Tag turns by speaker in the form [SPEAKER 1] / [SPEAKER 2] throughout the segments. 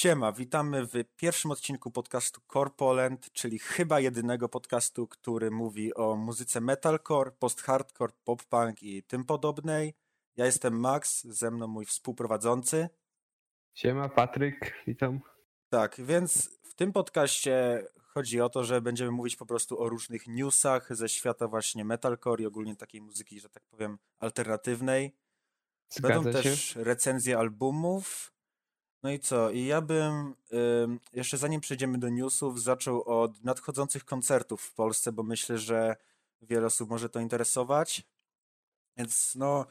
[SPEAKER 1] Siema, witamy w pierwszym odcinku podcastu Core Poland, czyli chyba jedynego podcastu, który mówi o muzyce metalcore, post-hardcore, pop-punk i tym podobnej. Ja jestem Max, ze mną mój współprowadzący.
[SPEAKER 2] Siema, Patryk, witam.
[SPEAKER 1] Tak, więc w tym podcaście chodzi o to, że będziemy mówić po prostu o różnych newsach ze świata właśnie metalcore i ogólnie takiej muzyki, że tak powiem, alternatywnej. Będą
[SPEAKER 2] Zgadza się.
[SPEAKER 1] też recenzje albumów. No i co? I ja bym jeszcze zanim przejdziemy do newsów, zaczął od nadchodzących koncertów w Polsce, bo myślę, że wiele osób może to interesować. Więc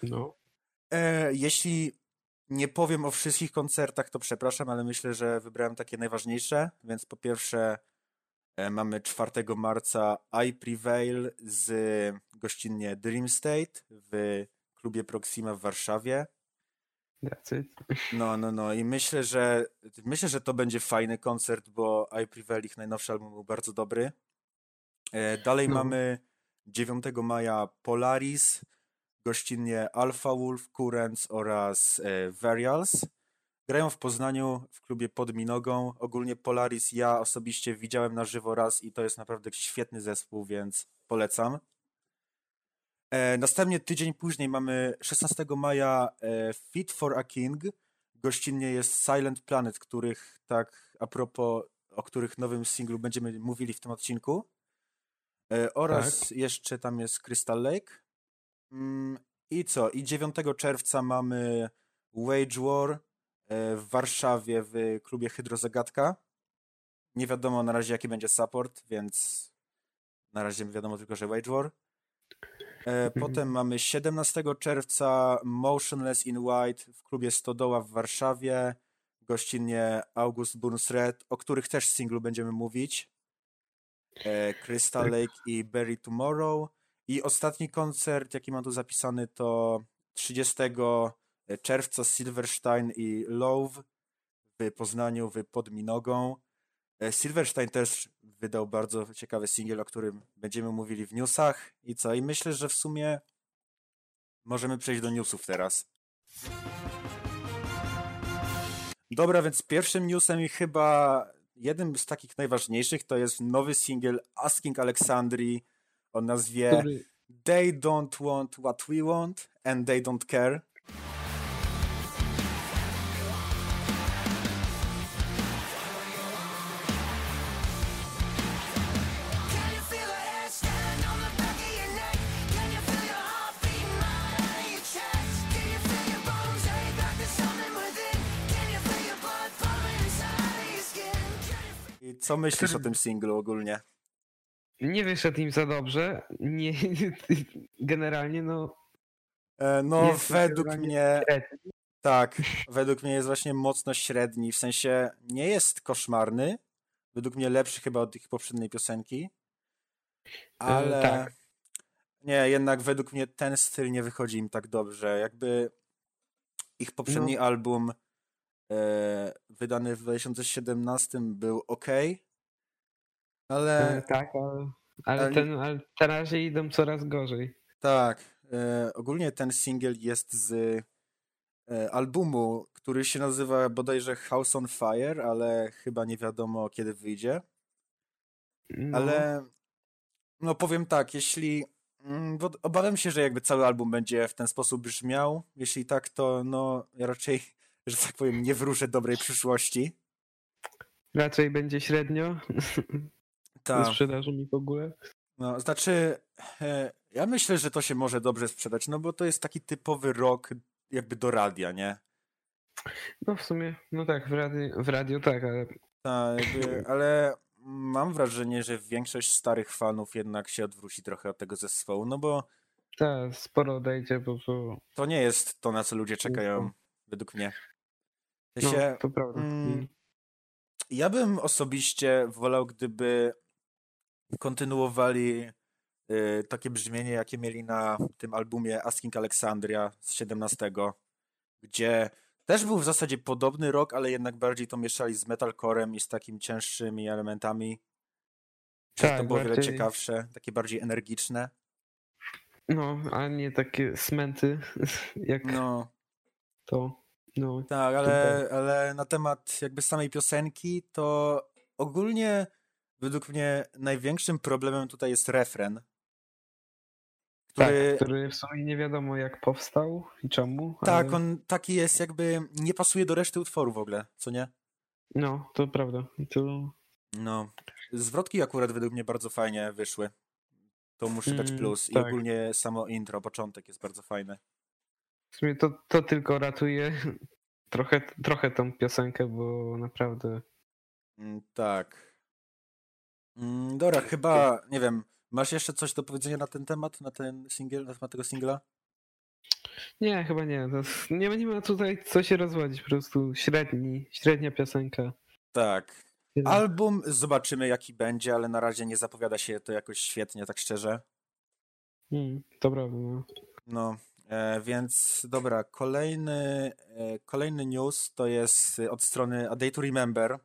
[SPEAKER 1] jeśli nie powiem o wszystkich koncertach, to przepraszam, ale myślę, że wybrałem takie najważniejsze. Więc po pierwsze mamy 4 marca I Prevail z gościnnie Dream State w klubie Proxima w Warszawie.
[SPEAKER 2] That's it.
[SPEAKER 1] No i myślę, że to będzie fajny koncert, bo I Prevail, ich najnowszy album, był bardzo dobry. Dalej mamy 9 maja Polaris, gościnnie Alpha Wolf, Currents oraz Varials. Grają w Poznaniu w klubie Pod Minogą. Ogólnie Polaris ja osobiście widziałem na żywo raz i to jest naprawdę świetny zespół, więc polecam. Następnie tydzień później mamy 16 maja Fit for a King. Gościnnie jest Silent Planet, których tak a propos, o których nowym singlu będziemy mówili w tym odcinku. Oraz jeszcze tam jest Crystal Lake. I co? I 9 czerwca mamy Wage War w Warszawie w klubie Hydrozagadka. Nie wiadomo na razie jaki będzie support, więc na razie wiadomo tylko, że Wage War. Potem mamy 17 czerwca Motionless in White w klubie Stodoła w Warszawie, gościnnie August Burns Red, o których też singlu będziemy mówić. Crystal Lake i Bury Tomorrow. I ostatni koncert, jaki mam tu zapisany, to 30 czerwca Silverstein i Love w Poznaniu, w Pod Minogą. Silverstein też wydał bardzo ciekawy singiel, o którym będziemy mówili w newsach. I co? I myślę, że w sumie możemy przejść do newsów teraz. Dobra, więc pierwszym newsem i chyba jednym z takich najważniejszych to jest nowy singiel Asking Alexandrii o nazwie They Don't Want What We Want and They Don't Care. Co myślisz o tym singlu ogólnie?
[SPEAKER 2] Nie wyszedł im za dobrze. Nie, generalnie
[SPEAKER 1] według mnie średni. Tak, według mnie jest właśnie mocno średni, w sensie nie jest koszmarny, według mnie lepszy chyba od ich poprzedniej piosenki, ale
[SPEAKER 2] tak.
[SPEAKER 1] Nie, jednak według mnie ten styl nie wychodzi im tak dobrze, jakby ich poprzedni album wydany w 2017 był okej, ale...
[SPEAKER 2] Tak, ale na razie idą coraz gorzej.
[SPEAKER 1] Tak, ogólnie ten singiel jest z albumu, który się nazywa bodajże House on Fire, ale chyba nie wiadomo kiedy wyjdzie. Ale powiem tak, bo obawiam się, że jakby cały album będzie w ten sposób brzmiał. Jeśli tak, to ja raczej, że tak powiem, nie wróżę dobrej przyszłości.
[SPEAKER 2] Raczej będzie średnio.
[SPEAKER 1] Tak.
[SPEAKER 2] Ze sprzedażą i w ogóle.
[SPEAKER 1] Znaczy, ja myślę, że to się może dobrze sprzedać, bo to jest taki typowy rock jakby do radia, nie?
[SPEAKER 2] W sumie, tak, w radio tak, ale...
[SPEAKER 1] Tak, ale mam wrażenie, że większość starych fanów jednak się odwróci trochę od tego zespołu, bo...
[SPEAKER 2] Tak, sporo odejdzie, bo...
[SPEAKER 1] To nie jest to, na co ludzie czekają, według mnie.
[SPEAKER 2] To prawda.
[SPEAKER 1] Ja bym osobiście wolał, gdyby kontynuowali takie brzmienie, jakie mieli na tym albumie Asking Alexandria z 17, gdzie też był w zasadzie podobny rock, ale jednak bardziej to mieszali z metalcorem i z takimi cięższymi elementami. Tak, to było wiele ciekawsze, takie bardziej energiczne.
[SPEAKER 2] A nie takie smęty jak to. No,
[SPEAKER 1] Tak,
[SPEAKER 2] to
[SPEAKER 1] ale na temat jakby samej piosenki, to ogólnie według mnie największym problemem tutaj jest refren,
[SPEAKER 2] tak,
[SPEAKER 1] który
[SPEAKER 2] który w sumie nie wiadomo jak powstał i czemu,
[SPEAKER 1] tak,
[SPEAKER 2] ale
[SPEAKER 1] on taki jest jakby nie pasuje do reszty utworu w ogóle, co nie?
[SPEAKER 2] no, to prawda. To
[SPEAKER 1] No, zwrotki akurat według mnie bardzo fajnie wyszły. To muszę dać plus. I
[SPEAKER 2] tak.
[SPEAKER 1] ogólnie samo intro, początek jest bardzo fajny.
[SPEAKER 2] W sumie to tylko ratuje trochę tą piosenkę, bo naprawdę.
[SPEAKER 1] Tak. Dobra, chyba, nie wiem, masz jeszcze coś do powiedzenia na ten temat, na ten singiel, na temat tego singla?
[SPEAKER 2] Nie, chyba nie. Nie ma tutaj co się rozwodzić, po prostu średnia piosenka.
[SPEAKER 1] Tak.
[SPEAKER 2] Tyle.
[SPEAKER 1] Album zobaczymy jaki będzie, ale na razie nie zapowiada się to jakoś świetnie, tak szczerze.
[SPEAKER 2] To prawda. No.
[SPEAKER 1] No, więc dobra, kolejny news to jest od strony A Day to Remember.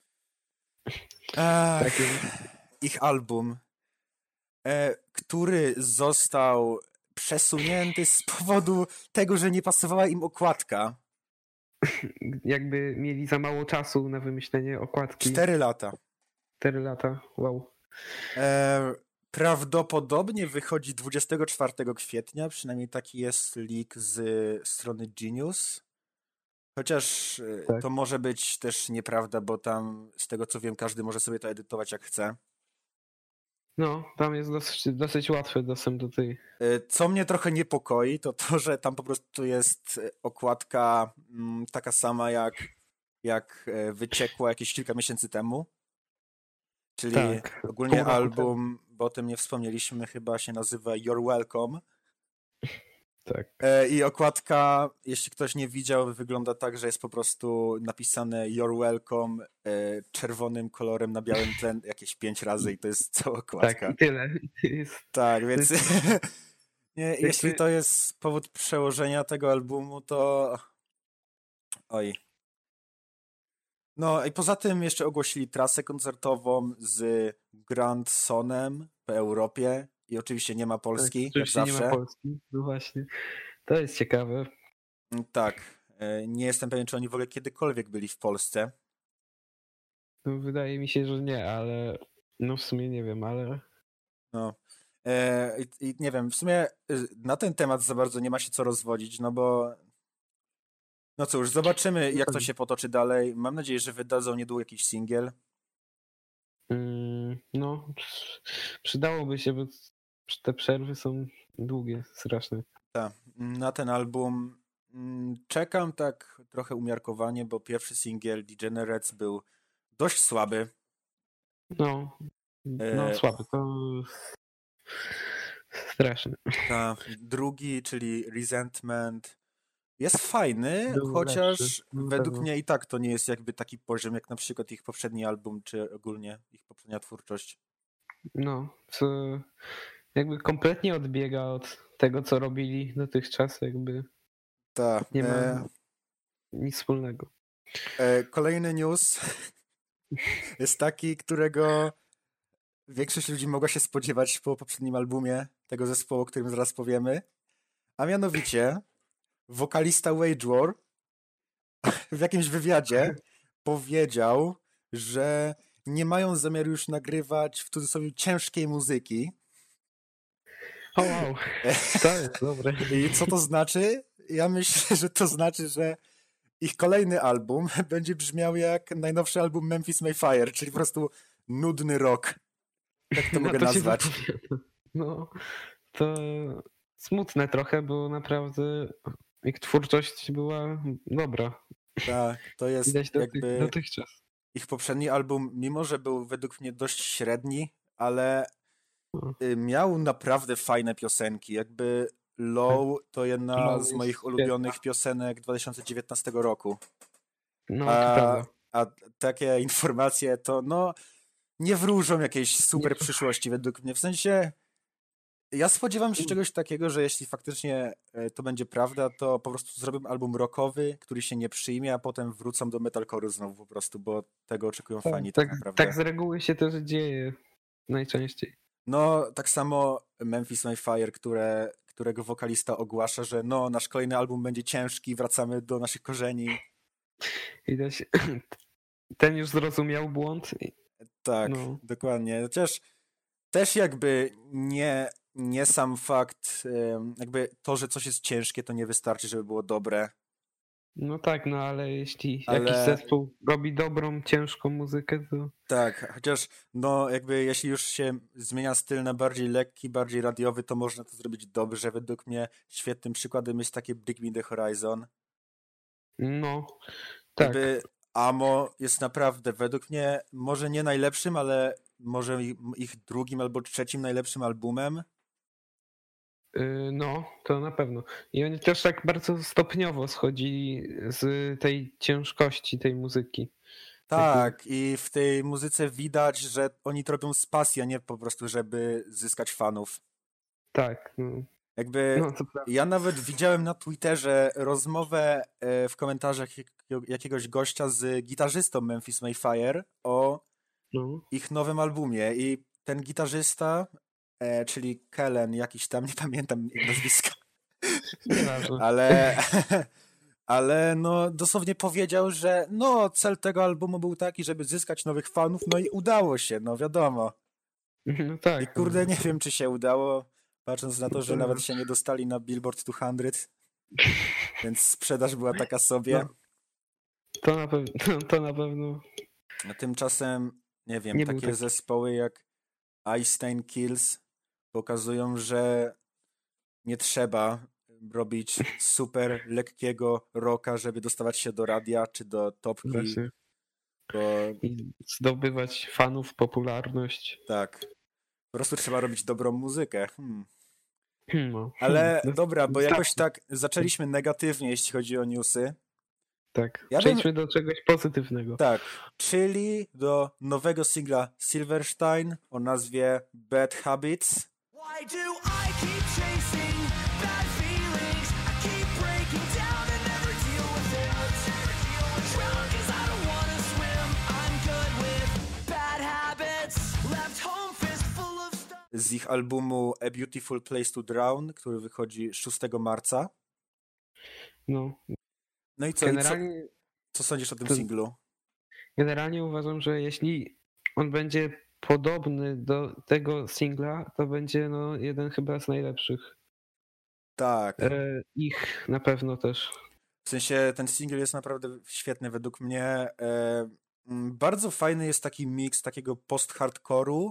[SPEAKER 2] Tak jest.
[SPEAKER 1] Ich album, który został przesunięty z powodu tego, że nie pasowała im okładka.
[SPEAKER 2] Jakby mieli za mało czasu na wymyślenie okładki.
[SPEAKER 1] 4 lata.
[SPEAKER 2] 4 lata, wow.
[SPEAKER 1] Prawdopodobnie wychodzi 24 kwietnia, przynajmniej taki jest leak z strony Genius. Chociaż
[SPEAKER 2] Tak.
[SPEAKER 1] to może być też nieprawda, bo tam z tego co wiem każdy może sobie to edytować jak chce.
[SPEAKER 2] No, tam jest dosyć łatwy dostęp do tej.
[SPEAKER 1] Co mnie trochę niepokoi, to to, że tam po prostu jest okładka taka sama jak wyciekła jakieś kilka miesięcy temu. Czyli
[SPEAKER 2] Tak,
[SPEAKER 1] ogólnie
[SPEAKER 2] pół roku
[SPEAKER 1] album, bo o tym nie wspomnieliśmy, chyba się nazywa You're Welcome.
[SPEAKER 2] Tak.
[SPEAKER 1] I okładka, jeśli ktoś nie widział, wygląda tak, że jest po prostu napisane You're Welcome czerwonym kolorem na białym tle jakieś 5 razy i to jest cała okładka.
[SPEAKER 2] Tak, i tyle.
[SPEAKER 1] Tak, więc nie,
[SPEAKER 2] Jakby-
[SPEAKER 1] jeśli to jest powód przełożenia tego albumu, to oj. No i poza tym jeszcze ogłosili trasę koncertową z Grandsonem po Europie i oczywiście nie ma Polski, jak
[SPEAKER 2] Oczywiście nie
[SPEAKER 1] zawsze.
[SPEAKER 2] ma Polski, no właśnie. To jest ciekawe.
[SPEAKER 1] Tak, nie jestem pewien, czy oni w ogóle kiedykolwiek byli w Polsce.
[SPEAKER 2] No, wydaje mi się, że nie, ale no w sumie nie wiem, ale
[SPEAKER 1] No. I nie wiem, w sumie na ten temat za bardzo nie ma się co rozwodzić, no bo no cóż, zobaczymy jak to się potoczy dalej. Mam nadzieję, że wydadzą niedługo jakiś singiel.
[SPEAKER 2] no przydałoby się, bo te przerwy są długie, straszne.
[SPEAKER 1] Tak, na ten album czekam tak trochę umiarkowanie, bo pierwszy singiel Degenerates był dość słaby.
[SPEAKER 2] No słaby, to straszne.
[SPEAKER 1] Ta drugi, czyli Resentment, jest fajny,
[SPEAKER 2] Był
[SPEAKER 1] chociaż
[SPEAKER 2] lepszy, na
[SPEAKER 1] według
[SPEAKER 2] pewno.
[SPEAKER 1] mnie i tak to nie jest jakby taki poziom, jak na przykład ich poprzedni album, czy ogólnie ich poprzednia twórczość.
[SPEAKER 2] No, co jakby kompletnie odbiega od tego, co robili dotychczas, jakby
[SPEAKER 1] Tak.
[SPEAKER 2] nie ma nic wspólnego.
[SPEAKER 1] Kolejny news jest taki, którego większość ludzi mogła się spodziewać po poprzednim albumie tego zespołu, o którym zaraz powiemy. A mianowicie wokalista Wage War w jakimś wywiadzie powiedział, że nie mają zamiaru już nagrywać w cudzysłowie ciężkiej muzyki.
[SPEAKER 2] O wow, to jest dobre.
[SPEAKER 1] I co to znaczy? Ja myślę, że to znaczy, że ich kolejny album będzie brzmiał jak najnowszy album Memphis Mayfire, czyli po prostu nudny rock. Jak to mogę
[SPEAKER 2] to się
[SPEAKER 1] nazwać?
[SPEAKER 2] zapowiada. No, to smutne trochę, bo naprawdę ich twórczość była dobra.
[SPEAKER 1] Tak, to jest
[SPEAKER 2] Widać
[SPEAKER 1] jakby
[SPEAKER 2] dotychczas.
[SPEAKER 1] ich poprzedni album, mimo że był według mnie dość średni, ale miał naprawdę fajne piosenki. Jakby Low to jedna
[SPEAKER 2] Low
[SPEAKER 1] z
[SPEAKER 2] jest
[SPEAKER 1] moich ulubionych piosenek 2019 roku.
[SPEAKER 2] No, to prawda.
[SPEAKER 1] A takie informacje to no nie wróżą jakiejś super
[SPEAKER 2] Nie.
[SPEAKER 1] przyszłości według mnie. W sensie ja spodziewam się czegoś takiego, że jeśli faktycznie to będzie prawda, to po prostu zrobią album rockowy, który się nie przyjmie, a potem wrócą do metalcore'u znowu po prostu, bo tego oczekują fani tak naprawdę.
[SPEAKER 2] Tak z reguły się też dzieje najczęściej.
[SPEAKER 1] No, tak samo Memphis Mayfire, którego wokalista ogłasza, że no, nasz kolejny album będzie ciężki, wracamy do naszych korzeni.
[SPEAKER 2] Widać, ten już zrozumiał błąd.
[SPEAKER 1] Tak,
[SPEAKER 2] No.
[SPEAKER 1] dokładnie. Chociaż też jakby nie sam fakt, jakby to, że coś jest ciężkie, to nie wystarczy, żeby było dobre.
[SPEAKER 2] No tak, no ale jeśli
[SPEAKER 1] Ale-
[SPEAKER 2] jakiś zespół robi dobrą, ciężką muzykę, to
[SPEAKER 1] Tak, chociaż no jakby jeśli już się zmienia styl na bardziej lekki, bardziej radiowy, to można to zrobić dobrze. Według mnie świetnym przykładem jest takie Bring Me The Horizon.
[SPEAKER 2] no, tak.
[SPEAKER 1] Jakby Amo jest naprawdę według mnie może nie najlepszym, ale może ich drugim albo trzecim najlepszym albumem.
[SPEAKER 2] No, to na pewno. I oni też tak bardzo stopniowo schodzili z tej ciężkości tej muzyki.
[SPEAKER 1] Tak, i w tej muzyce widać, że oni to robią z pasji, a nie po prostu, żeby zyskać fanów.
[SPEAKER 2] Tak, no.
[SPEAKER 1] Jakby
[SPEAKER 2] No, to prawda.
[SPEAKER 1] ja nawet widziałem na Twitterze rozmowę w komentarzach jakiegoś gościa z gitarzystą Memphis Mayfire o
[SPEAKER 2] No.
[SPEAKER 1] ich nowym albumie i ten gitarzysta, czyli Kellen, jakiś tam, nie pamiętam nazwiska,
[SPEAKER 2] Nieważne.
[SPEAKER 1] ale no dosłownie powiedział, że no cel tego albumu był taki, żeby zyskać nowych fanów, no i udało się, no wiadomo.
[SPEAKER 2] No tak.
[SPEAKER 1] I kurde, nie wiem, czy się udało, patrząc na to, że
[SPEAKER 2] Tak.
[SPEAKER 1] nawet się nie dostali na Billboard 200, więc sprzedaż była taka sobie.
[SPEAKER 2] No. To na pewno.
[SPEAKER 1] A tymczasem, nie wiem,
[SPEAKER 2] Nie był
[SPEAKER 1] takie
[SPEAKER 2] taki.
[SPEAKER 1] zespoły jak Einstein Kills pokazują, że nie trzeba robić super lekkiego rocka, żeby dostawać się do radia czy do topki,
[SPEAKER 2] Właśnie.
[SPEAKER 1] bo
[SPEAKER 2] I zdobywać fanów, popularność.
[SPEAKER 1] tak, po prostu trzeba robić dobrą muzykę.
[SPEAKER 2] No.
[SPEAKER 1] Ale
[SPEAKER 2] No,
[SPEAKER 1] dobra, bo
[SPEAKER 2] wystarczy.
[SPEAKER 1] jakoś tak zaczęliśmy negatywnie, jeśli chodzi o newsy.
[SPEAKER 2] Tak.
[SPEAKER 1] Ja
[SPEAKER 2] Przejdźmy do czegoś pozytywnego.
[SPEAKER 1] Tak, czyli do nowego singla Silverstein o nazwie Bad Habits.
[SPEAKER 3] Why do I keep chasing bad feelings? I keep breaking down and never deal with it. Drown 'cause I don't wanna swim. I'm good with bad habits. Left home fist full of stuff.
[SPEAKER 1] Z ich albumu A Beautiful Place to Drown, który wychodzi 6 marca.
[SPEAKER 2] No.
[SPEAKER 1] No i co,
[SPEAKER 2] Generalnie,
[SPEAKER 1] co sądzisz o tym
[SPEAKER 2] to-
[SPEAKER 1] singlu?
[SPEAKER 2] generalnie uważam, że jeśli on będzie podobny do tego singla, to będzie no jeden chyba z najlepszych.
[SPEAKER 1] Tak,
[SPEAKER 2] Ich na pewno też.
[SPEAKER 1] w sensie ten singiel jest naprawdę świetny według mnie. Bardzo fajny jest taki miks takiego post-hardcore'u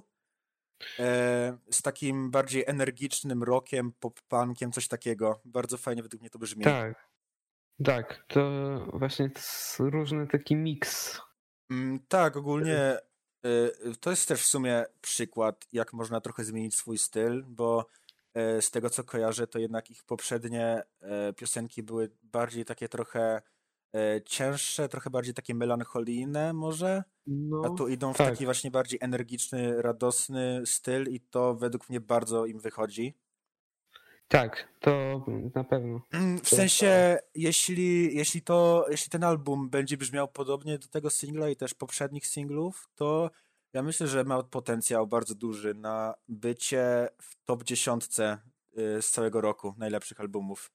[SPEAKER 1] z takim bardziej energicznym rockiem, pop-punkiem, coś takiego. Bardzo fajnie według mnie to brzmi.
[SPEAKER 2] Tak, to właśnie jest różny taki miks.
[SPEAKER 1] Tak, ogólnie to jest też w sumie przykład, jak można trochę zmienić swój styl, bo z tego co kojarzę, to jednak ich poprzednie piosenki były bardziej takie trochę cięższe, trochę bardziej takie melancholijne może,
[SPEAKER 2] No,
[SPEAKER 1] a tu idą w
[SPEAKER 2] tak.
[SPEAKER 1] taki właśnie bardziej energiczny, radosny styl i to według mnie bardzo im wychodzi.
[SPEAKER 2] Tak, to na pewno.
[SPEAKER 1] W sensie, jeśli ten album będzie brzmiał podobnie do tego singla i też poprzednich singlów, to ja myślę, że ma potencjał bardzo duży na bycie w top 10 z całego roku najlepszych albumów.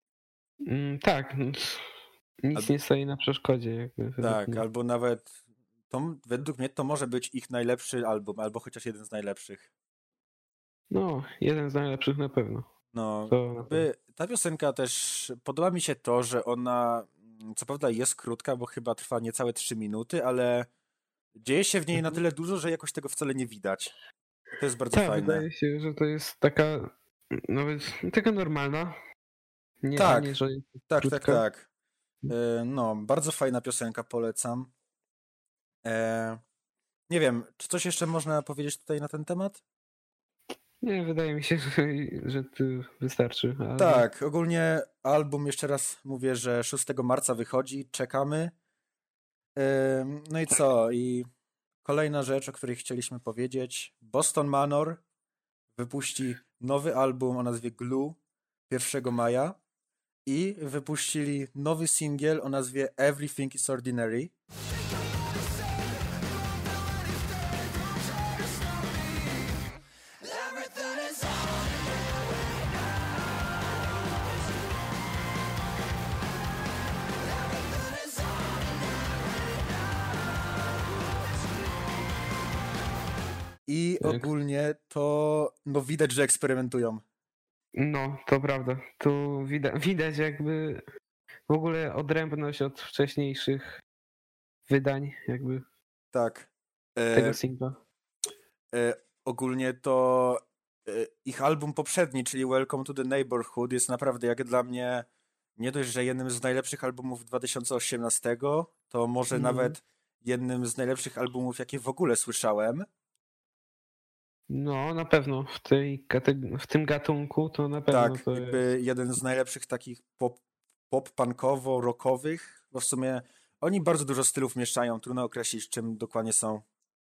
[SPEAKER 2] Tak, nic nie stoi na przeszkodzie. Jakby, według
[SPEAKER 1] Tak,
[SPEAKER 2] mnie.
[SPEAKER 1] albo nawet według mnie to może być ich najlepszy album, albo chociaż jeden z najlepszych.
[SPEAKER 2] No, jeden z najlepszych na pewno.
[SPEAKER 1] No,
[SPEAKER 2] To
[SPEAKER 1] jakby ta piosenka też, podoba mi się to, że ona, co prawda jest krótka, bo chyba trwa niecałe 3 minuty, ale dzieje się w niej na tyle dużo, że jakoś tego wcale nie widać. To jest bardzo
[SPEAKER 2] tak,
[SPEAKER 1] fajne.
[SPEAKER 2] wydaje się, że to jest taka nawet taka normalna. Nie,
[SPEAKER 1] Tak.
[SPEAKER 2] a nie, że jest
[SPEAKER 1] Tak,
[SPEAKER 2] krótka.
[SPEAKER 1] tak. No, bardzo fajna piosenka, polecam. Nie wiem, czy coś jeszcze można powiedzieć tutaj na ten temat?
[SPEAKER 2] Nie, wydaje mi się, że to wystarczy. Ale...
[SPEAKER 1] Tak, ogólnie album, jeszcze raz mówię, że 6 marca wychodzi, czekamy. No i co? I kolejna rzecz, o której chcieliśmy powiedzieć. Boston Manor wypuści nowy album o nazwie Glue 1 maja i wypuścili nowy singiel o nazwie Everything is Ordinary. I
[SPEAKER 2] Tak.
[SPEAKER 1] ogólnie to no widać, że eksperymentują.
[SPEAKER 2] No, to prawda. Tu widać jakby w ogóle odrębność od wcześniejszych wydań jakby
[SPEAKER 1] Tak.
[SPEAKER 2] tego singla.
[SPEAKER 1] Ogólnie to ich album poprzedni, czyli Welcome to the Neighborhood, jest naprawdę jak dla mnie nie dość, że jednym z najlepszych albumów 2018, to może nawet jednym z najlepszych albumów, jakie w ogóle słyszałem.
[SPEAKER 2] No, na pewno w tym gatunku to na pewno
[SPEAKER 1] Tak,
[SPEAKER 2] to
[SPEAKER 1] jakby
[SPEAKER 2] jest.
[SPEAKER 1] jeden z najlepszych takich pop-punkowo-rockowych, bo w sumie oni bardzo dużo stylów mieszają, trudno określić, czym dokładnie są.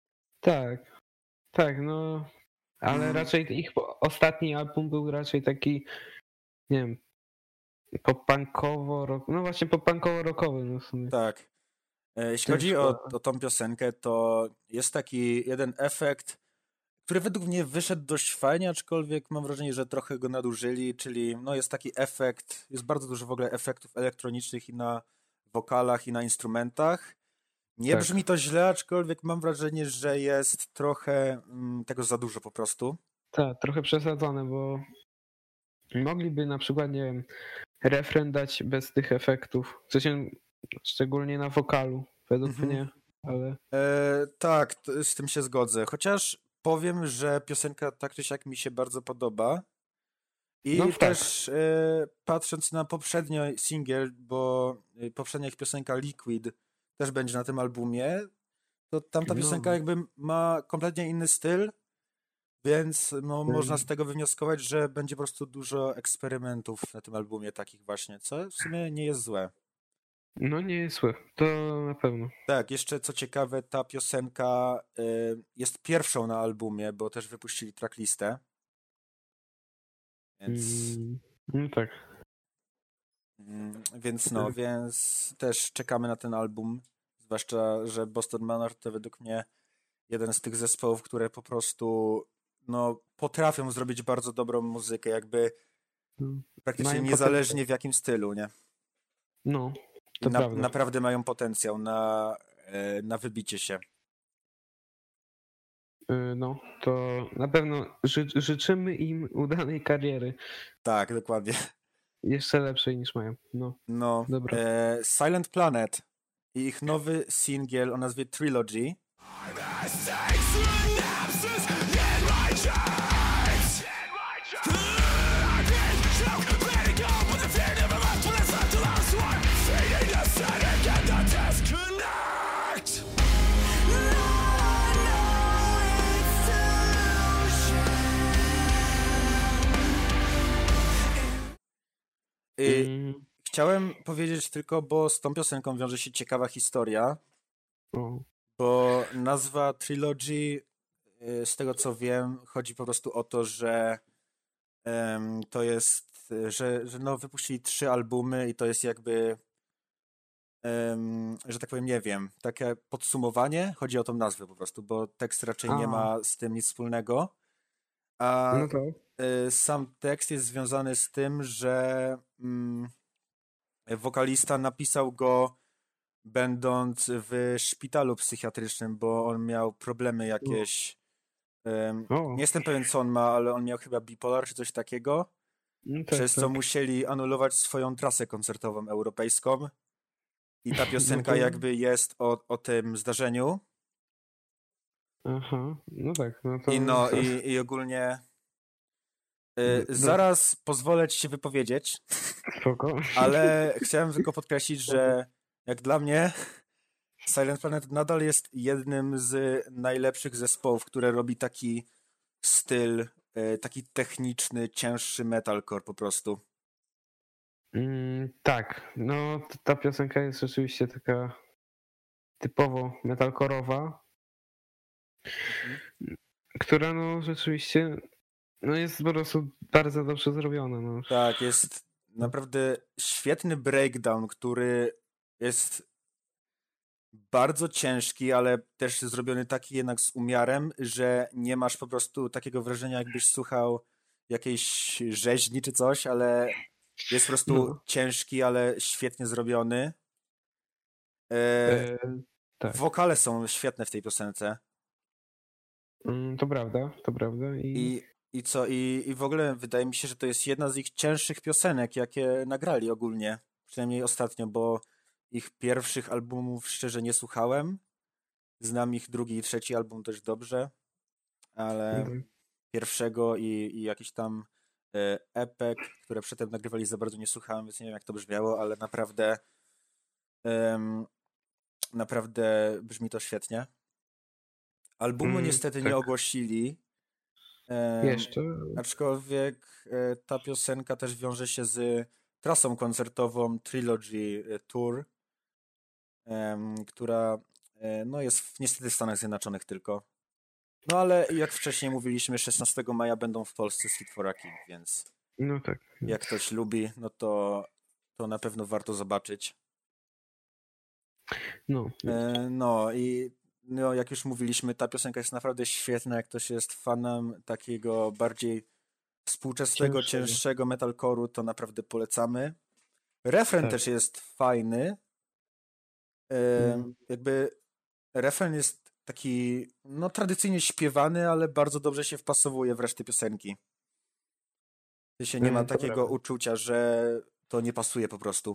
[SPEAKER 2] Tak, no, ale raczej ich ostatni album był raczej taki, nie wiem, no właśnie pop-punkowo-rockowy no w sumie.
[SPEAKER 1] Tak. Jeśli chodzi o tą piosenkę, to jest taki jeden efekt, który według mnie wyszedł dość fajnie, aczkolwiek mam wrażenie, że trochę go nadużyli, czyli no jest taki efekt, jest bardzo dużo w ogóle efektów elektronicznych i na wokalach, i na instrumentach. Nie
[SPEAKER 2] Tak.
[SPEAKER 1] brzmi to źle, aczkolwiek mam wrażenie, że jest trochę tego za dużo po prostu.
[SPEAKER 2] Tak, trochę przesadzone, bo mogliby na przykład, nie wiem, refren dać bez tych efektów, w sensie szczególnie na wokalu, według mnie, ale...
[SPEAKER 1] Tak, z tym się zgodzę. Chociaż powiem, że piosenka tak czy siak mi się bardzo podoba. I
[SPEAKER 2] No tak.
[SPEAKER 1] też patrząc na poprzedni singiel, bo poprzednia ich piosenka Liquid też będzie na tym albumie, to tamta piosenka jakby ma kompletnie inny styl, więc no, można z tego wywnioskować, że będzie po prostu dużo eksperymentów na tym albumie takich właśnie, co w sumie nie jest złe.
[SPEAKER 2] No nie jest złe, to na pewno.
[SPEAKER 1] Tak, jeszcze co ciekawe, ta piosenka jest pierwszą na albumie, bo też wypuścili tracklistę. Więc...
[SPEAKER 2] No tak.
[SPEAKER 1] Więc też czekamy na ten album. Zwłaszcza, że Boston Manor to według mnie jeden z tych zespołów, które po prostu no, potrafią zrobić bardzo dobrą muzykę, jakby praktycznie
[SPEAKER 2] Mają
[SPEAKER 1] niezależnie
[SPEAKER 2] potencjał.
[SPEAKER 1] w jakim stylu, nie?
[SPEAKER 2] No, to prawda.
[SPEAKER 1] Naprawdę mają potencjał na wybicie się.
[SPEAKER 2] No, to na pewno życzymy im udanej kariery.
[SPEAKER 1] Tak, dokładnie.
[SPEAKER 2] Jeszcze lepszej niż mają. No, dobra.
[SPEAKER 1] Silent Planet i ich nowy singiel o nazwie Trilogy. Chciałem powiedzieć tylko, bo z tą piosenką wiąże się ciekawa historia, bo nazwa Trilogy, z tego co wiem, chodzi po prostu o to, że to jest, że no, wypuścili 3 albumy i to jest jakby, że tak powiem, nie wiem, takie podsumowanie, chodzi o tą nazwę po prostu, bo tekst raczej nie ma z tym nic wspólnego, a
[SPEAKER 2] No to.
[SPEAKER 1] sam tekst jest związany z tym, że wokalista napisał go będąc w szpitalu psychiatrycznym, bo on miał problemy jakieś. Nie jestem pewien, co on ma, ale on miał chyba bipolar czy coś takiego,
[SPEAKER 2] No tak,
[SPEAKER 1] przez co musieli anulować swoją trasę koncertową europejską. I ta piosenka jakby jest o tym zdarzeniu.
[SPEAKER 2] Aha, no tak. No to...
[SPEAKER 1] I ogólnie zaraz pozwolę ci się wypowiedzieć.
[SPEAKER 2] Spoko.
[SPEAKER 1] Ale chciałem tylko podkreślić, że jak dla mnie Silent Planet nadal jest jednym z najlepszych zespołów, które robi taki styl, taki techniczny, cięższy metalcore po prostu.
[SPEAKER 2] Tak, no ta piosenka jest rzeczywiście taka typowo metalcore'owa, która no rzeczywiście no jest po prostu bardzo dobrze zrobiona. No.
[SPEAKER 1] Tak, jest naprawdę świetny breakdown, który jest bardzo ciężki, ale też zrobiony taki jednak z umiarem, że nie masz po prostu takiego wrażenia, jakbyś słuchał jakiejś rzeźni czy coś, ale jest po prostu ciężki, ale świetnie zrobiony.
[SPEAKER 2] Tak.
[SPEAKER 1] Wokale są świetne w tej piosence.
[SPEAKER 2] To prawda, to prawda.
[SPEAKER 1] I co? I w ogóle wydaje mi się, że to jest jedna z ich cięższych piosenek, jakie nagrali ogólnie. Przynajmniej ostatnio, bo ich pierwszych albumów szczerze nie słuchałem. Znam ich drugi i trzeci album dość dobrze, ale pierwszego i jakiś tam epek, które przedtem nagrywali, za bardzo nie słuchałem, więc nie wiem jak to brzmiało, ale naprawdę brzmi to świetnie. Albumu niestety nie
[SPEAKER 2] tak.
[SPEAKER 1] ogłosili.
[SPEAKER 2] Jeszcze?
[SPEAKER 1] Aczkolwiek ta piosenka też wiąże się z trasą koncertową Trilogy Tour, która no jest niestety w Stanach Zjednoczonych tylko. No ale jak wcześniej mówiliśmy, 16 maja będą w Polsce Fit for a King, więc
[SPEAKER 2] No tak.
[SPEAKER 1] jak ktoś lubi, no to na pewno warto zobaczyć. No i no, jak już mówiliśmy, ta piosenka jest naprawdę świetna, jak ktoś jest fanem takiego bardziej współczesnego, cięższego metalcore'u, to naprawdę polecamy. Refren też jest fajny. Jakby refren jest taki no tradycyjnie śpiewany, ale bardzo dobrze się wpasowuje w resztę piosenki. Się nie ma takiego uczucia, że to nie pasuje po prostu.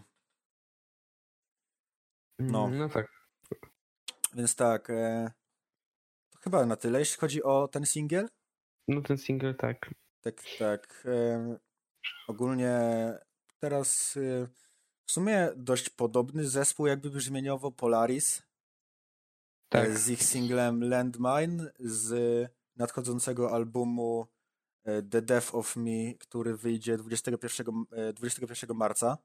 [SPEAKER 2] No tak.
[SPEAKER 1] Więc tak, to chyba na tyle, jeśli chodzi o ten singiel.
[SPEAKER 2] No ten singiel tak.
[SPEAKER 1] Tak. Ogólnie teraz w sumie dość podobny zespół jakby brzmieniowo Polaris.
[SPEAKER 2] Tak.
[SPEAKER 1] Z ich singlem Landmine z nadchodzącego albumu The Death of Me, który wyjdzie 21 marca.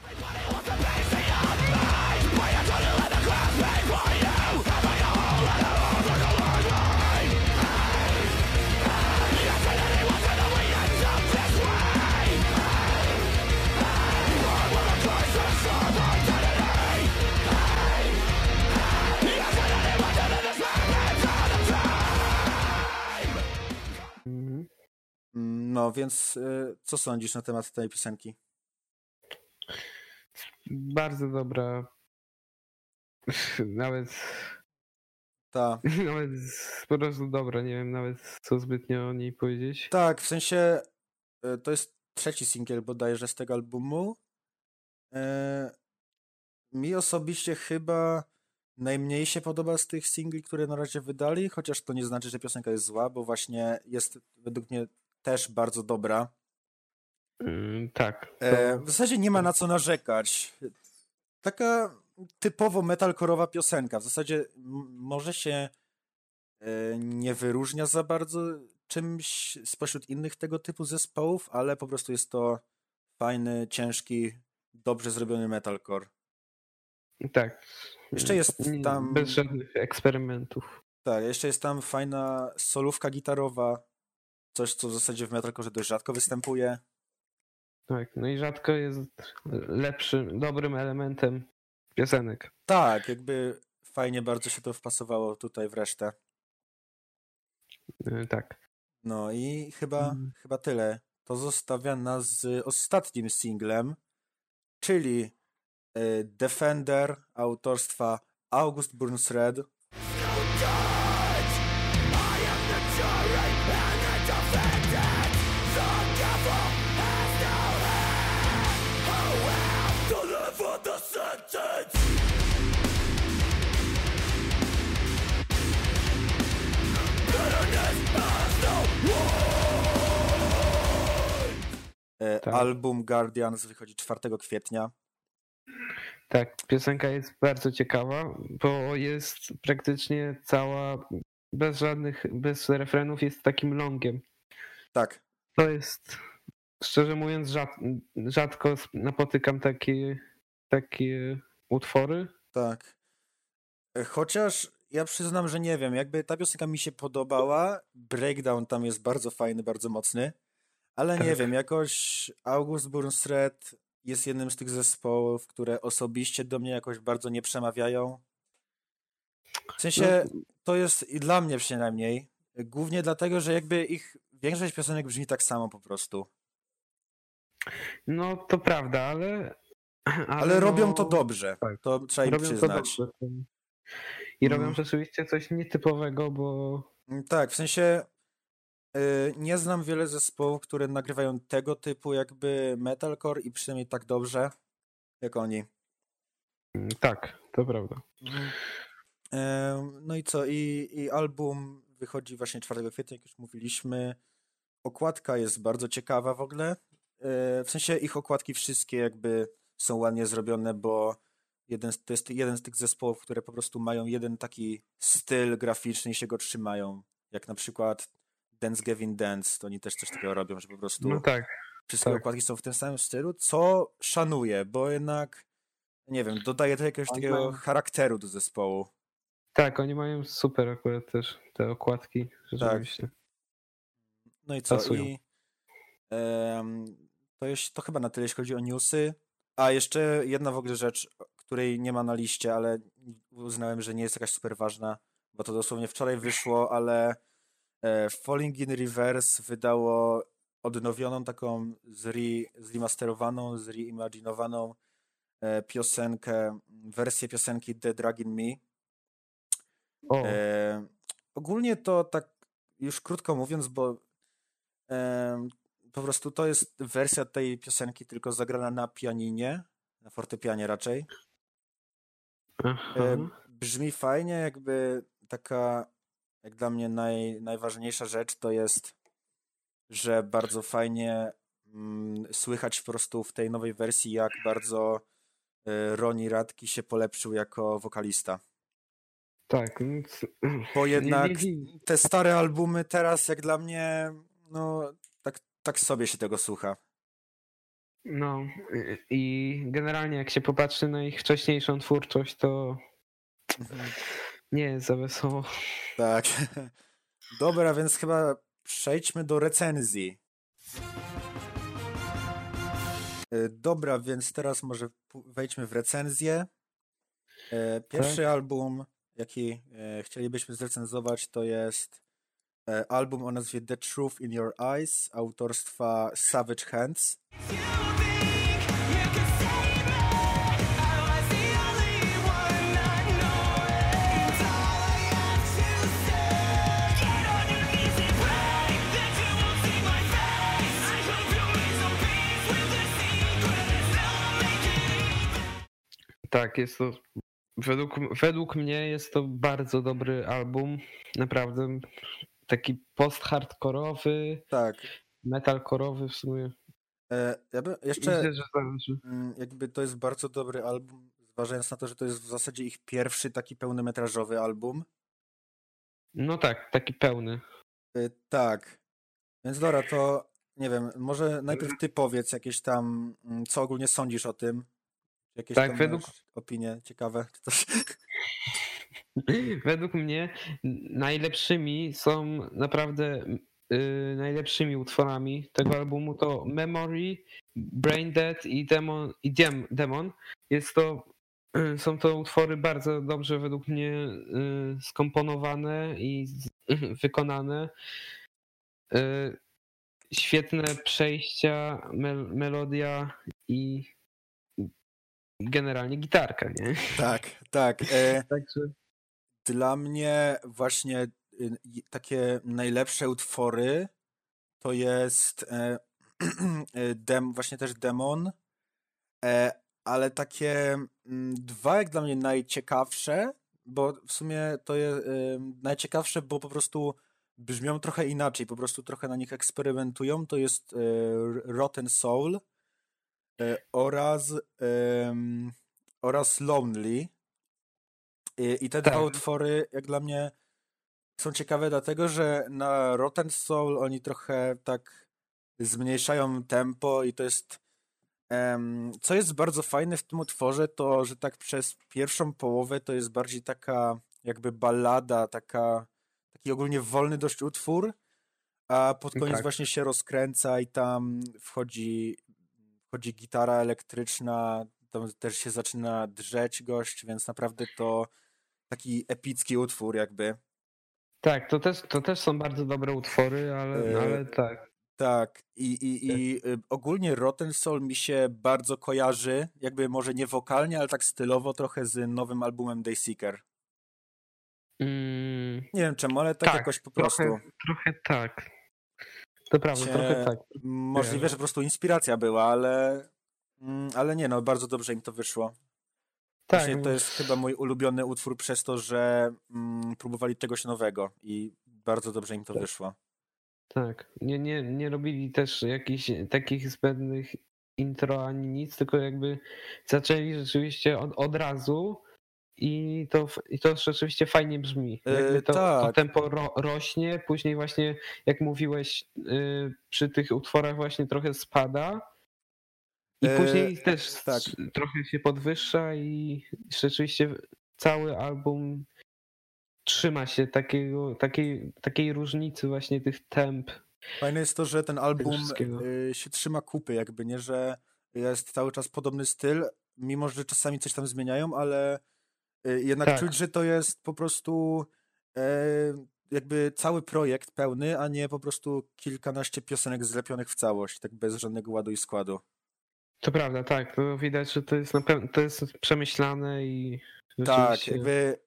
[SPEAKER 1] No więc co sądzisz na temat tej piosenki?
[SPEAKER 2] Bardzo dobra. Nawet po prostu dobra, nie wiem nawet co zbytnio o niej powiedzieć.
[SPEAKER 1] Tak, w sensie to jest trzeci singiel bodajże z tego albumu. Mi osobiście chyba najmniej się podoba z tych singli, które na razie wydali, chociaż to nie znaczy, że piosenka jest zła, bo właśnie jest według mnie też bardzo dobra.
[SPEAKER 2] Tak.
[SPEAKER 1] W zasadzie nie ma na co narzekać. Taka typowo metalcore'owa piosenka. W zasadzie może się nie wyróżnia za bardzo czymś spośród innych tego typu zespołów, ale po prostu jest to fajny, ciężki, dobrze zrobiony metalcore.
[SPEAKER 2] Tak.
[SPEAKER 1] Jeszcze jest tam...
[SPEAKER 2] Bez żadnych eksperymentów.
[SPEAKER 1] Tak, jeszcze jest tam fajna solówka gitarowa. Coś, co w zasadzie w metalcore dość rzadko występuje.
[SPEAKER 2] Tak, no i rzadko jest lepszym, dobrym elementem piosenek.
[SPEAKER 1] Tak, jakby fajnie bardzo się to wpasowało tutaj w resztę.
[SPEAKER 2] Tak.
[SPEAKER 1] No i chyba tyle. To zostawia nas z ostatnim singlem, czyli Defender autorstwa August Burns Red. Album Guardians wychodzi 4 kwietnia.
[SPEAKER 2] Tak, piosenka jest bardzo ciekawa, bo jest praktycznie cała, bez refrenów, jest takim longiem.
[SPEAKER 1] Tak.
[SPEAKER 2] To jest, szczerze mówiąc, rzadko napotykam takie utwory.
[SPEAKER 1] Tak. Chociaż ja przyznam, że nie wiem, jakby ta piosenka mi się podobała, breakdown tam jest bardzo fajny, bardzo mocny, ale nie wiem, jakoś August Burns Red jest jednym z tych zespołów, które osobiście do mnie jakoś bardzo nie przemawiają. W sensie to jest i dla mnie przynajmniej, głównie dlatego, że jakby ich większość piosenek brzmi tak samo po prostu.
[SPEAKER 2] No to prawda,
[SPEAKER 1] ale robią to dobrze,
[SPEAKER 2] tak.
[SPEAKER 1] To trzeba im przyznać.
[SPEAKER 2] I robią rzeczywiście coś nietypowego, bo
[SPEAKER 1] Tak, w sensie nie znam wiele zespołów, które nagrywają tego typu jakby metalcore i przynajmniej tak dobrze jak oni.
[SPEAKER 2] Tak, to prawda.
[SPEAKER 1] No i co? I album wychodzi właśnie 4 kwietnia, jak już mówiliśmy. Okładka jest bardzo ciekawa w ogóle. W sensie ich okładki wszystkie jakby są ładnie zrobione, bo to jest jeden z tych zespołów, które po prostu mają jeden taki styl graficzny i się go trzymają. Jak na przykład Dance Gavin Dance, to oni też coś takiego robią, że po prostu
[SPEAKER 2] No tak,
[SPEAKER 1] wszystkie
[SPEAKER 2] tak.
[SPEAKER 1] okładki są w tym samym stylu, co szanuję, bo jednak, nie wiem, dodaje to jakiegoś
[SPEAKER 2] Oni
[SPEAKER 1] takiego
[SPEAKER 2] mają-
[SPEAKER 1] charakteru do zespołu.
[SPEAKER 2] Tak, oni mają super akurat też te okładki,
[SPEAKER 1] Tak.
[SPEAKER 2] rzeczywiście.
[SPEAKER 1] No i co?
[SPEAKER 2] Pasują.
[SPEAKER 1] I to chyba na tyle, jeśli chodzi o newsy. A jeszcze jedna w ogóle rzecz, której nie ma na liście, ale uznałem, że nie jest jakaś super ważna, bo to dosłownie wczoraj wyszło, ale Falling in Reverse wydało odnowioną taką zremasterowaną, zreimaginowaną piosenkę, wersję piosenki The Drag in Me.
[SPEAKER 2] O,
[SPEAKER 1] Ogólnie to tak już krótko mówiąc, bo po prostu to jest wersja tej piosenki tylko zagrana na pianinie, na fortepianie raczej.
[SPEAKER 2] aha.
[SPEAKER 1] Brzmi fajnie, jakby taka, jak dla mnie najważniejsza rzecz to jest, że bardzo fajnie słychać po prostu w tej nowej wersji, jak bardzo Ronnie Radke się polepszył jako wokalista.
[SPEAKER 2] Tak, więc...
[SPEAKER 1] Bo jednak
[SPEAKER 2] nie dziwi.
[SPEAKER 1] te stare albumy teraz, jak dla mnie, no tak sobie się tego słucha.
[SPEAKER 2] No i generalnie jak się popatrzy na ich wcześniejszą twórczość, to nie jest za wesoło.
[SPEAKER 1] Tak. Dobra, więc chyba przejdźmy do recenzji. Dobra, więc teraz może wejdźmy w recenzję. Pierwszy album, jaki chcielibyśmy zrecenzować, to jest album o nazwie The Truth in Your Eyes autorstwa Savage Hands.
[SPEAKER 2] Tak, jest to. Według mnie jest to bardzo dobry album. Naprawdę. Taki post-hardkorowy,
[SPEAKER 1] Tak.
[SPEAKER 2] metalkorowy w sumie.
[SPEAKER 1] Ja bym jeszcze,
[SPEAKER 2] Myślę, że zależy.
[SPEAKER 1] jakby to jest bardzo dobry album, zważając na to, że to jest w zasadzie ich pierwszy taki pełnometrażowy album.
[SPEAKER 2] No tak, taki pełny.
[SPEAKER 1] Tak. Więc dobra, to nie wiem, może najpierw ty powiedz jakieś tam, co ogólnie sądzisz o tym. Jakieś
[SPEAKER 2] Tak,
[SPEAKER 1] tam
[SPEAKER 2] według-
[SPEAKER 1] masz opinie ciekawe, czy coś.
[SPEAKER 2] Według mnie najlepszymi są naprawdę najlepszymi utworami tego albumu to Memory, Brain Dead i Demon. Jest to, są to utwory bardzo dobrze według mnie skomponowane i wykonane. Świetne przejścia, melodia i generalnie gitarka, nie?
[SPEAKER 1] Tak.
[SPEAKER 2] Także
[SPEAKER 1] Dla mnie właśnie takie najlepsze utwory to jest właśnie też Demon, ale takie dwa jak dla mnie najciekawsze, bo w sumie to jest najciekawsze, bo po prostu brzmią trochę inaczej, po prostu trochę na nich eksperymentują, to jest Rotten Soul oraz Lonely. I te dwa utwory, jak dla mnie, są ciekawe dlatego, że na Rotten Soul oni trochę tak zmniejszają tempo i to jest co jest bardzo fajne w tym utworze, to że tak przez pierwszą połowę to jest bardziej taka jakby ballada, taki ogólnie wolny dość utwór, a pod koniec
[SPEAKER 2] tak.
[SPEAKER 1] właśnie się rozkręca i tam wchodzi gitara elektryczna, tam też się zaczyna drzeć gość, więc naprawdę to taki epicki utwór jakby.
[SPEAKER 2] Tak, to też są bardzo dobre utwory, ale tak.
[SPEAKER 1] Tak, i ogólnie Rotten Soul mi się bardzo kojarzy, jakby może nie wokalnie, ale tak stylowo trochę z nowym albumem Dayseeker. Nie wiem czemu, ale tak jakoś po prostu.
[SPEAKER 2] Trochę tak. To prawda, trochę tak.
[SPEAKER 1] Możliwe, że po prostu inspiracja była, ale nie, no bardzo dobrze im to wyszło.
[SPEAKER 2] Tak.
[SPEAKER 1] Właśnie to jest chyba mój ulubiony utwór przez to, że próbowali czegoś nowego i bardzo dobrze im to wyszło.
[SPEAKER 2] Tak. Nie robili też jakichś takich zbędnych intro ani nic, tylko jakby zaczęli rzeczywiście od razu i to rzeczywiście fajnie brzmi. Jakby to tempo rośnie, później właśnie jak mówiłeś przy tych utworach właśnie trochę spada i później też trochę się podwyższa i rzeczywiście cały album trzyma się takiej różnicy właśnie tych temp.
[SPEAKER 1] Fajne jest to, że ten album się trzyma kupy jakby, nie, że jest cały czas podobny styl, mimo że czasami coś tam zmieniają, ale jednak czuć, że to jest po prostu jakby cały projekt pełny, a nie po prostu kilkanaście piosenek zlepionych w całość, tak bez żadnego ładu i składu.
[SPEAKER 2] To prawda, tak. To widać, że to jest to jest przemyślane i
[SPEAKER 1] tak, jakby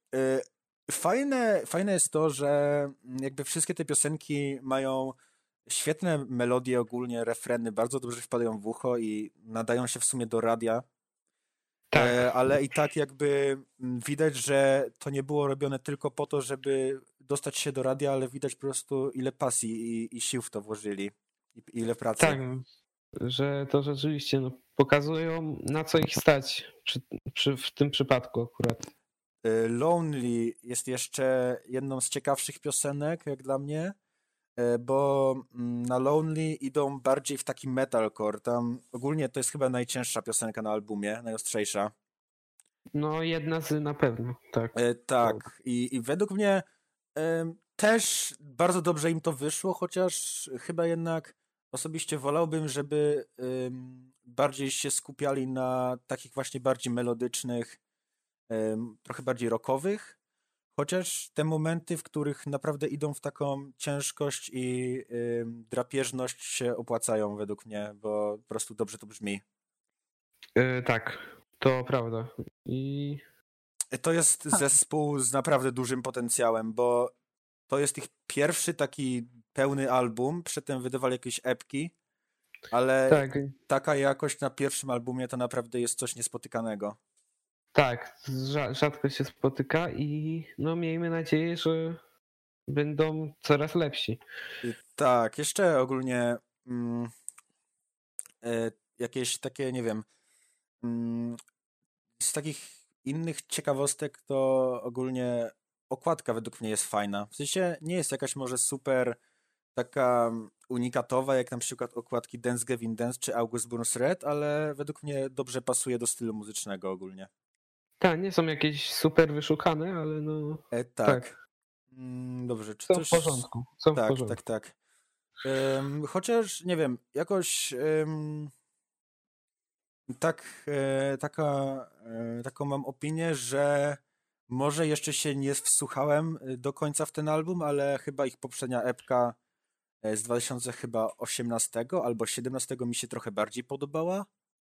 [SPEAKER 1] fajne jest to, że jakby wszystkie te piosenki mają świetne melodie ogólnie, refreny, bardzo dobrze wpadają w ucho i nadają się w sumie do radia. Tak. Ale i tak jakby widać, że to nie było robione tylko po to, żeby dostać się do radia, ale widać po prostu ile pasji i sił w to włożyli. I ile pracy.
[SPEAKER 2] Tak, że to rzeczywiście pokazują, na co ich stać w tym przypadku akurat.
[SPEAKER 1] Lonely jest jeszcze jedną z ciekawszych piosenek, jak dla mnie, bo na Lonely idą bardziej w taki metalcore. Tam ogólnie to jest chyba najcięższa piosenka na albumie, najostrzejsza.
[SPEAKER 2] No jedna z na pewno, tak.
[SPEAKER 1] Tak i według mnie też bardzo dobrze im to wyszło, chociaż chyba jednak osobiście wolałbym, żeby bardziej się skupiali na takich właśnie bardziej melodycznych, trochę bardziej rockowych, chociaż te momenty, w których naprawdę idą w taką ciężkość i drapieżność się opłacają według mnie, bo po prostu dobrze to brzmi.
[SPEAKER 2] Tak, to prawda. I
[SPEAKER 1] to jest zespół z naprawdę dużym potencjałem, bo to jest ich pierwszy taki pełny album, przedtem wydawali jakieś epki, ale taka jakość na pierwszym albumie to naprawdę jest coś niespotykanego.
[SPEAKER 2] Tak, rzadko się spotyka i no miejmy nadzieję, że będą coraz lepsi.
[SPEAKER 1] Tak, jeszcze ogólnie jakieś takie, nie wiem, z takich innych ciekawostek to ogólnie okładka według mnie jest fajna. W sensie nie jest jakaś może super taka unikatowa, jak na przykład okładki Dance Gavin Dance czy August Burns Red, ale według mnie dobrze pasuje do stylu muzycznego ogólnie.
[SPEAKER 2] Tak, nie są jakieś super wyszukane, ale no...
[SPEAKER 1] tak. Dobrze. Czy
[SPEAKER 2] są
[SPEAKER 1] coś...
[SPEAKER 2] w porządku. Są
[SPEAKER 1] tak,
[SPEAKER 2] w porządku.
[SPEAKER 1] tak. Chociaż, nie wiem, jakoś taką mam opinię, że może jeszcze się nie wsłuchałem do końca w ten album, ale chyba ich poprzednia epka z 2018 albo 17 mi się trochę bardziej podobała.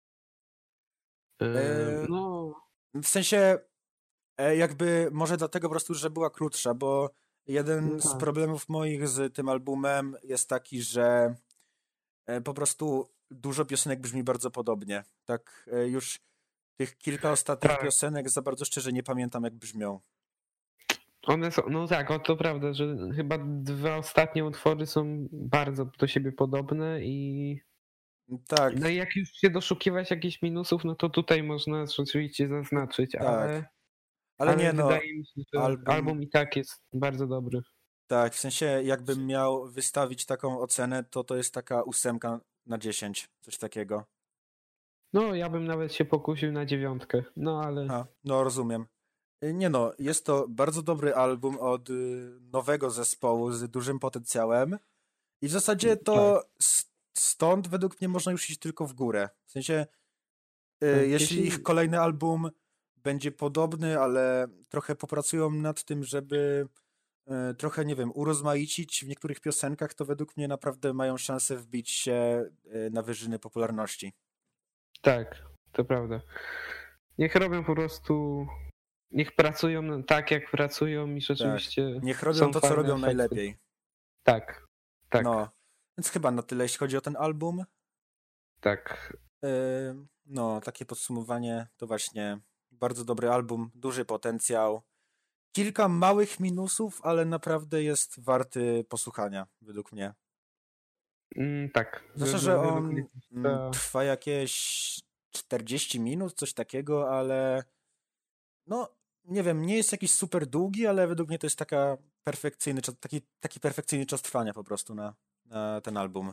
[SPEAKER 2] No...
[SPEAKER 1] W sensie jakby może dlatego po prostu, że była krótsza, bo jeden z problemów moich z tym albumem jest taki, że po prostu dużo piosenek brzmi bardzo podobnie. Tak już tych kilka ostatnich piosenek za bardzo szczerze nie pamiętam, jak brzmią.
[SPEAKER 2] One są, no tak, to prawda, że chyba dwa ostatnie utwory są bardzo do siebie podobne i
[SPEAKER 1] tak.
[SPEAKER 2] No i jak już się doszukiwać jakichś minusów, no to tutaj można rzeczywiście zaznaczyć, ale nie, wydaje mi się, że album i tak jest bardzo dobry.
[SPEAKER 1] Tak, w sensie jakbym miał wystawić taką ocenę, to jest taka 8/10, coś takiego.
[SPEAKER 2] No, ja bym nawet się pokusił na 9, no ale...
[SPEAKER 1] No, rozumiem. Nie no, jest to bardzo dobry album od nowego zespołu z dużym potencjałem i w zasadzie to stąd według mnie można już iść tylko w górę. W sensie, jeśli ich kolejny album będzie podobny, ale trochę popracują nad tym, żeby trochę, nie wiem, urozmaicić w niektórych piosenkach, to według mnie naprawdę mają szansę wbić się na wyżyny popularności.
[SPEAKER 2] Tak, to prawda. Niech robią po prostu niech pracują tak, jak pracują i rzeczywiście
[SPEAKER 1] Niech robią
[SPEAKER 2] są
[SPEAKER 1] to, co
[SPEAKER 2] fajne
[SPEAKER 1] robią
[SPEAKER 2] efekty.
[SPEAKER 1] najlepiej.
[SPEAKER 2] Tak, tak,
[SPEAKER 1] No, więc chyba na tyle, jeśli chodzi o ten album.
[SPEAKER 2] tak.
[SPEAKER 1] No, takie podsumowanie to właśnie bardzo dobry album, duży potencjał. Kilka małych minusów, ale naprawdę jest warty posłuchania, według mnie.
[SPEAKER 2] Tak.
[SPEAKER 1] Zwłaszcza, że on trwa jakieś 40 minut, coś takiego, ale no, nie wiem, nie jest jakiś super długi, ale według mnie to jest taka perfekcyjny czas, taki perfekcyjny czas trwania po prostu na ten album.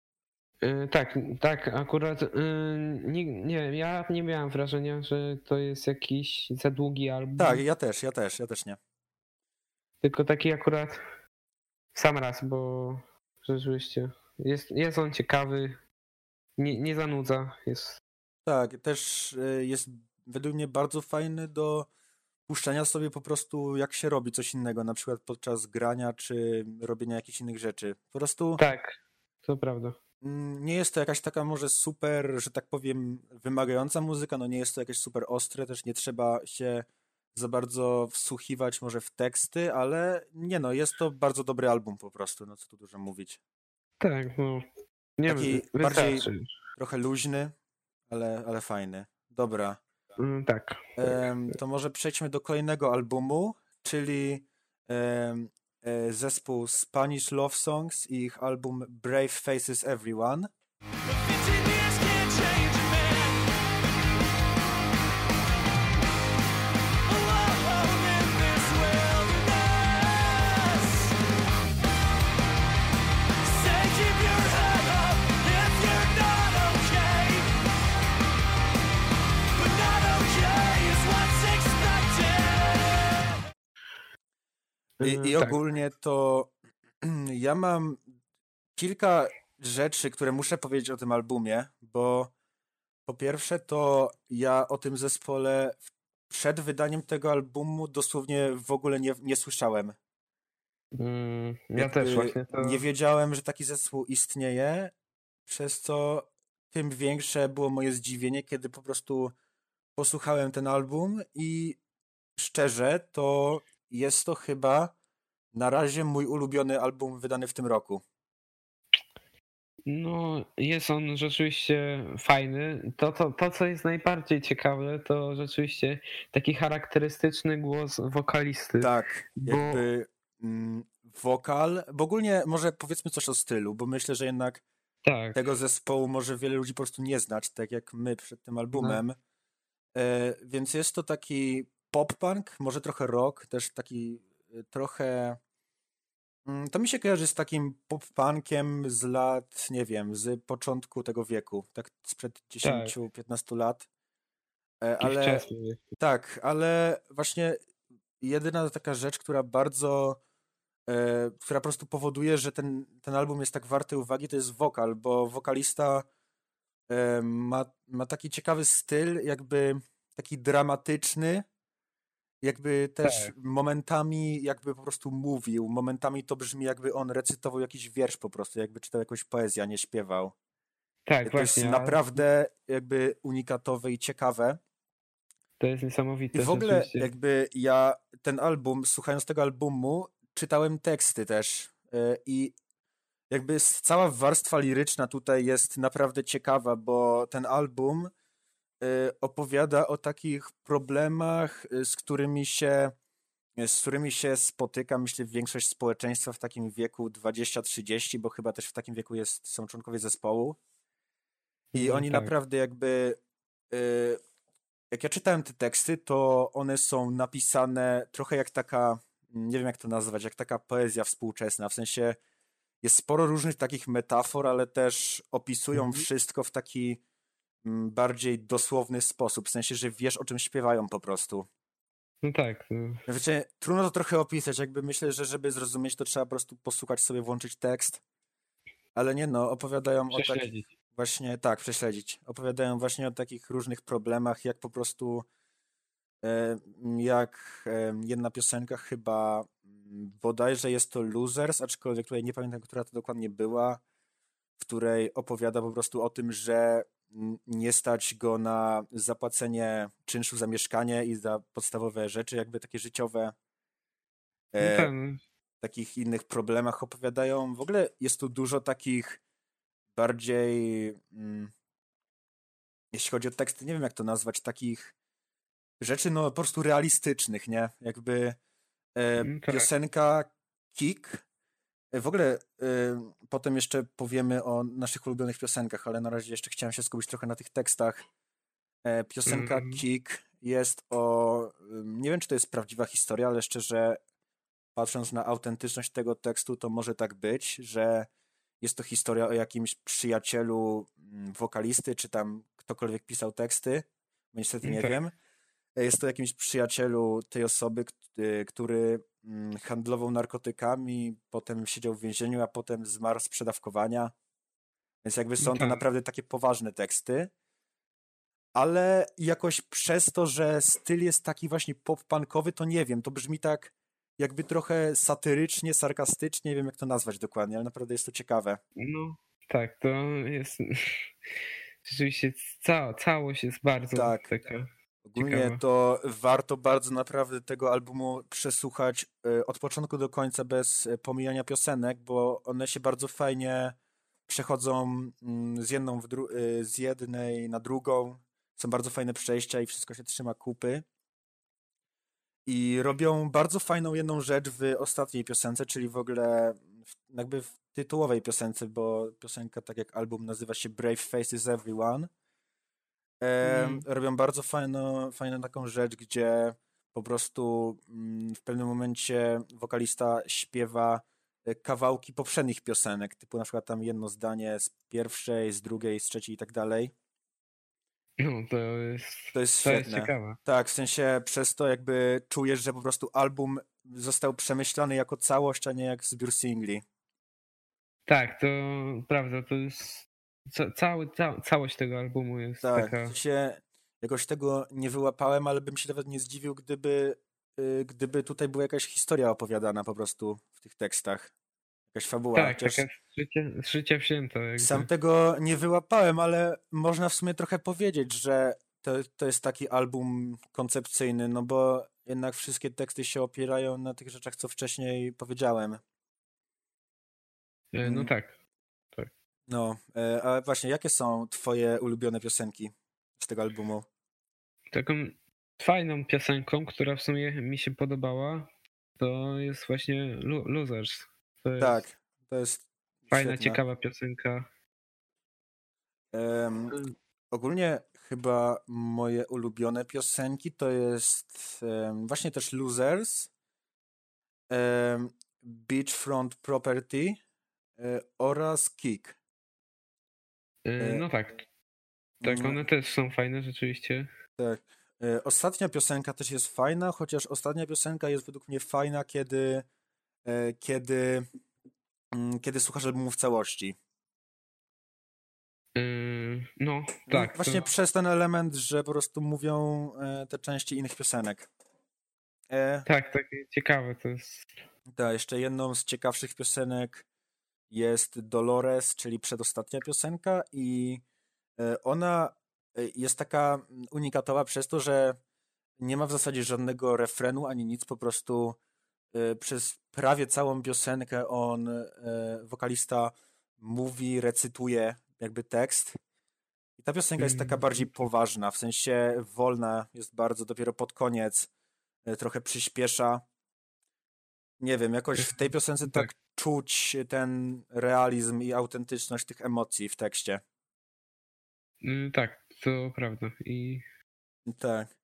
[SPEAKER 2] Tak, akurat nie, ja nie miałem wrażenia, że to jest jakiś za długi album.
[SPEAKER 1] Tak, ja też nie.
[SPEAKER 2] Tylko taki akurat sam raz, bo rzeczywiście jest on ciekawy, nie zanudza.
[SPEAKER 1] Tak, też jest według mnie bardzo fajny do puszczania sobie po prostu jak się robi coś innego, na przykład podczas grania czy robienia jakichś innych rzeczy. Po prostu
[SPEAKER 2] Tak, to prawda.
[SPEAKER 1] nie jest to jakaś taka może super, że tak powiem, wymagająca muzyka, no nie jest to jakieś super ostre, też nie trzeba się za bardzo wsłuchiwać może w teksty, ale nie no, jest to bardzo dobry album po prostu, no co tu dużo mówić.
[SPEAKER 2] Tak, no. Nie
[SPEAKER 1] Taki
[SPEAKER 2] wiem,
[SPEAKER 1] bardziej
[SPEAKER 2] wystarczy.
[SPEAKER 1] trochę luźny, ale fajny. Dobra.
[SPEAKER 2] Tak.
[SPEAKER 1] To może przejdźmy do kolejnego albumu, czyli zespół Spanish Love Songs i ich album Brave Faces Everyone.
[SPEAKER 3] 15 years can't change a man. Alone in this wilderness. Say keep your head up if you're not okay. But not okay is what's expected.
[SPEAKER 1] I
[SPEAKER 2] Tak.
[SPEAKER 1] ogólnie to ja mam kilka rzeczy, które muszę powiedzieć o tym albumie, bo po pierwsze to ja o tym zespole przed wydaniem tego albumu dosłownie w ogóle nie słyszałem.
[SPEAKER 2] Ja też właśnie to...
[SPEAKER 1] Nie wiedziałem, że taki zespół istnieje, przez co tym większe było moje zdziwienie, kiedy po prostu posłuchałem ten album i szczerze, to jest to chyba na razie mój ulubiony album wydany w tym roku.
[SPEAKER 2] No, jest on rzeczywiście fajny. To, co jest najbardziej ciekawe, to rzeczywiście taki charakterystyczny głos wokalisty.
[SPEAKER 1] Tak,
[SPEAKER 2] Bo-
[SPEAKER 1] jakby wokal, bo ogólnie może powiedzmy coś o stylu, bo myślę, że jednak
[SPEAKER 2] Tak,
[SPEAKER 1] tego zespołu może wiele ludzi po prostu nie znać, tak jak my przed tym albumem. Więc jest to taki pop-punk, może trochę rock, też taki trochę... To mi się kojarzy z takim pop-punkiem z lat, nie wiem, z początku tego wieku, tak sprzed 10-15 lat.
[SPEAKER 2] taki
[SPEAKER 1] Ale
[SPEAKER 2] wczesny.
[SPEAKER 1] tak, ale właśnie jedyna taka rzecz, która która po prostu powoduje, że ten album jest tak warty uwagi, to jest wokal, bo wokalista ma taki ciekawy styl, jakby taki dramatyczny, jakby też momentami jakby po prostu mówił, momentami to brzmi jakby on recytował jakiś wiersz po prostu, jakby czytał jakąś poezję, a nie śpiewał.
[SPEAKER 2] Tak,
[SPEAKER 1] To jest
[SPEAKER 2] właśnie.
[SPEAKER 1] naprawdę jakby unikatowe i ciekawe.
[SPEAKER 2] To jest niesamowite.
[SPEAKER 1] I w ogóle
[SPEAKER 2] rzeczywiście.
[SPEAKER 1] jakby ja ten album, słuchając tego albumu, czytałem teksty też i jakby cała warstwa liryczna tutaj jest naprawdę ciekawa, bo ten album opowiada o takich problemach, z którymi się spotyka, myślę, większość społeczeństwa w takim wieku 20-30, bo chyba też w takim wieku są członkowie zespołu. I oni
[SPEAKER 2] tak.
[SPEAKER 1] naprawdę jakby... Jak ja czytałem te teksty, to one są napisane trochę jak taka, nie wiem jak to nazwać, jak taka poezja współczesna, w sensie jest sporo różnych takich metafor, ale też opisują wszystko w taki bardziej dosłowny sposób, w sensie, że wiesz o czym śpiewają po prostu.
[SPEAKER 2] No tak.
[SPEAKER 1] Wiecie, trudno to trochę opisać, jakby myślę, że żeby zrozumieć, to trzeba po prostu posłuchać sobie, włączyć tekst, ale nie no, opowiadają o takich... Właśnie, tak, prześledzić. Opowiadają właśnie o takich różnych problemach, jak po prostu jak jedna piosenka chyba bodajże jest to Losers, aczkolwiek tutaj nie pamiętam, która to dokładnie była, w której opowiada po prostu o tym, że nie stać go na zapłacenie czynszu za mieszkanie i za podstawowe rzeczy, jakby takie życiowe,
[SPEAKER 2] No
[SPEAKER 1] e,
[SPEAKER 2] ten.
[SPEAKER 1] takich innych problemach opowiadają. W ogóle jest tu dużo takich bardziej, jeśli chodzi o teksty, nie wiem jak to nazwać, takich rzeczy no po prostu realistycznych, nie? Jakby
[SPEAKER 2] Tak.
[SPEAKER 1] piosenka Kick. W ogóle potem jeszcze powiemy o naszych ulubionych piosenkach, ale na razie jeszcze chciałem się skupić trochę na tych tekstach. Piosenka Kick jest o... Nie wiem, czy to jest prawdziwa historia, ale szczerze patrząc na autentyczność tego tekstu, to może tak być, że jest to historia o jakimś przyjacielu wokalisty, czy tam ktokolwiek pisał teksty, bo niestety nie
[SPEAKER 2] Tak.
[SPEAKER 1] wiem. Jest to jakimś przyjacielu tej osoby, który handlował narkotykami, potem siedział w więzieniu, a potem zmarł z przedawkowania. Więc jakby są to
[SPEAKER 2] Tak.
[SPEAKER 1] naprawdę takie poważne teksty. Ale jakoś przez to, że styl jest taki właśnie pop-punkowy, to nie wiem, to brzmi tak jakby trochę satyrycznie, sarkastycznie, nie wiem jak to nazwać dokładnie, ale naprawdę jest to ciekawe.
[SPEAKER 2] No tak, to jest rzeczywiście całość jest bardzo
[SPEAKER 1] Tak.
[SPEAKER 2] taka
[SPEAKER 1] Ogólnie
[SPEAKER 2] ciekawa.
[SPEAKER 1] to warto bardzo naprawdę tego albumu przesłuchać od początku do końca bez pomijania piosenek, bo one się bardzo fajnie przechodzą z jednej na drugą. Są bardzo fajne przejścia i wszystko się trzyma kupy. I robią bardzo fajną jedną rzecz w ostatniej piosence, czyli w ogóle jakby w tytułowej piosence, bo piosenka, tak jak album, nazywa się Brave Faces Everyone. Robią bardzo fajną taką rzecz, gdzie po prostu w pewnym momencie wokalista śpiewa kawałki poprzednich piosenek, typu na przykład tam jedno zdanie z pierwszej, z drugiej, z trzeciej i tak dalej.
[SPEAKER 2] No
[SPEAKER 1] To jest
[SPEAKER 2] to jest
[SPEAKER 1] świetne.
[SPEAKER 2] ciekawe.
[SPEAKER 1] Tak, w sensie przez to jakby czujesz, że po prostu album został przemyślany jako całość, a nie jak zbiór singli.
[SPEAKER 2] Tak, to prawda, to jest całość tego albumu jest
[SPEAKER 1] Tak,
[SPEAKER 2] taka.
[SPEAKER 1] w sensie jakoś tego nie wyłapałem, ale bym się nawet nie zdziwił, gdyby tutaj była jakaś historia opowiadana po prostu w tych tekstach. Jakaś fabuła.
[SPEAKER 2] Tak,
[SPEAKER 1] Chociaż
[SPEAKER 2] taka z życia wzięta.
[SPEAKER 1] sam tego nie wyłapałem, ale można w sumie trochę powiedzieć, że to jest taki album koncepcyjny, no bo jednak wszystkie teksty się opierają na tych rzeczach, co wcześniej powiedziałem.
[SPEAKER 2] No tak.
[SPEAKER 1] No, a właśnie, jakie są twoje ulubione piosenki z tego albumu?
[SPEAKER 2] Taką fajną piosenką, która w sumie mi się podobała, to jest właśnie Losers. To jest
[SPEAKER 1] Tak, to jest
[SPEAKER 2] fajna,
[SPEAKER 1] świetna.
[SPEAKER 2] ciekawa piosenka.
[SPEAKER 1] Ogólnie chyba moje ulubione piosenki to jest właśnie też Losers, Beachfront Property oraz Kick.
[SPEAKER 2] No tak. Tak, one też są fajne rzeczywiście.
[SPEAKER 1] Tak. Ostatnia piosenka też jest fajna, chociaż ostatnia piosenka jest według mnie fajna, kiedy słuchasz albumu w całości.
[SPEAKER 2] No, tak.
[SPEAKER 1] Właśnie przez ten element, że po prostu mówią te części innych piosenek.
[SPEAKER 2] Tak, takie ciekawe to jest.
[SPEAKER 1] Tak, jeszcze jedną z ciekawszych piosenek jest Dolores, czyli przedostatnia piosenka i ona jest taka unikatowa przez to, że nie ma w zasadzie żadnego refrenu ani nic, po prostu przez prawie całą piosenkę wokalista mówi, recytuje jakby tekst. I ta piosenka jest taka bardziej poważna, w sensie wolna jest bardzo, dopiero pod koniec trochę przyspiesza. Nie wiem, jakoś w tej piosence tak czuć ten realizm i autentyczność tych emocji w tekście.
[SPEAKER 2] Tak, to prawda.
[SPEAKER 1] Tak.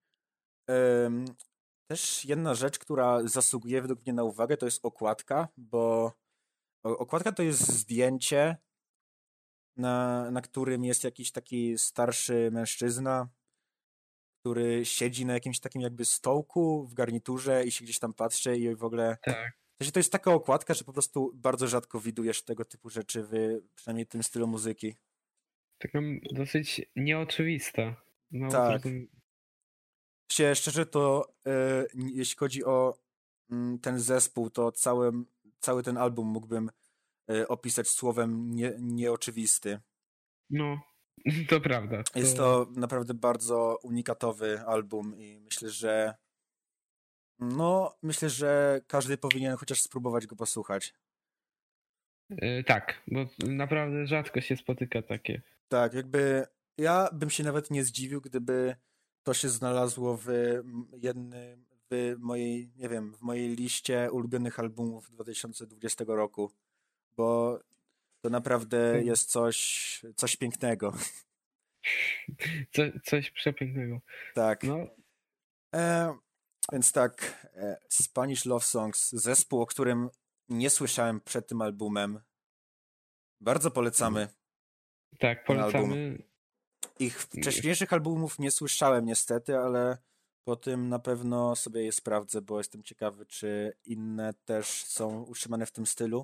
[SPEAKER 1] Też jedna rzecz, która zasługuje według mnie na uwagę, to jest okładka, bo okładka to jest zdjęcie, na którym jest jakiś taki starszy mężczyzna, który siedzi na jakimś takim jakby stołku w garniturze i się gdzieś tam patrzy i w ogóle...
[SPEAKER 2] Tak.
[SPEAKER 1] To jest taka okładka, że po prostu bardzo rzadko widujesz tego typu rzeczy przynajmniej w tym stylu muzyki.
[SPEAKER 2] Taka dosyć nieoczywista. No,
[SPEAKER 1] tak. Szczerze to jeśli chodzi o ten zespół, to cały ten album mógłbym opisać słowem nieoczywisty.
[SPEAKER 2] No, To prawda.
[SPEAKER 1] Jest to naprawdę bardzo unikatowy album i myślę, że każdy powinien chociaż spróbować go posłuchać.
[SPEAKER 2] Tak, bo naprawdę rzadko się spotyka takie.
[SPEAKER 1] Tak, jakby ja bym się nawet nie zdziwił, gdyby to się znalazło w mojej, nie wiem, w mojej liście ulubionych albumów 2020 roku, bo to naprawdę jest coś pięknego.
[SPEAKER 2] Coś przepięknego.
[SPEAKER 1] Tak.
[SPEAKER 2] No,
[SPEAKER 1] Więc tak, Spanish Love Songs, zespół, o którym nie słyszałem przed tym albumem. Bardzo polecamy
[SPEAKER 2] tak,
[SPEAKER 1] ten album.
[SPEAKER 2] polecamy.
[SPEAKER 1] Ich wcześniejszych albumów nie słyszałem niestety, ale po tym na pewno sobie je sprawdzę, bo jestem ciekawy, czy inne też są utrzymane w tym stylu.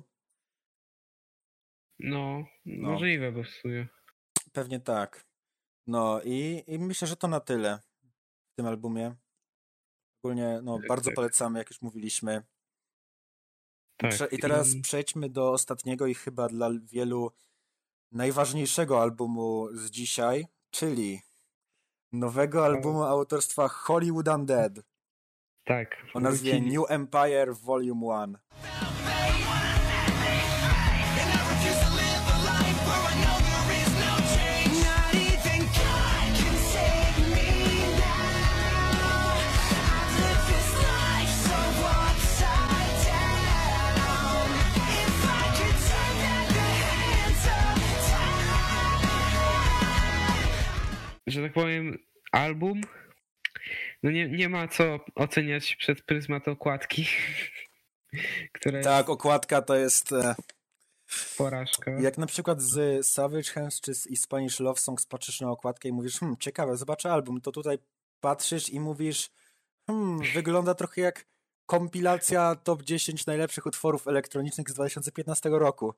[SPEAKER 2] No, możliwe, bo w sumie.
[SPEAKER 1] Pewnie tak. No i myślę, że to na tyle w tym albumie. Ogólnie bardzo polecamy, jak już mówiliśmy.
[SPEAKER 2] Tak.
[SPEAKER 1] I teraz przejdźmy do ostatniego i chyba dla wielu najważniejszego albumu z dzisiaj, czyli nowego albumu autorstwa Hollywood Undead
[SPEAKER 2] Tak.
[SPEAKER 1] o nazwie New Empire Volume 1.
[SPEAKER 3] Not even God can save me now. I've lived this life so upside down. If I could turn back the hands of time.
[SPEAKER 2] Że tak powiem, album. No nie ma co oceniać przez pryzmat okładki, która jest
[SPEAKER 1] Tak, okładka to jest
[SPEAKER 2] porażka.
[SPEAKER 1] jak na przykład z Savage Hands czy i Spanish Love Songs patrzysz na okładkę i mówisz, ciekawe, zobaczę album, to tutaj patrzysz i mówisz, wygląda trochę jak kompilacja top 10 najlepszych utworów elektronicznych z 2015 roku.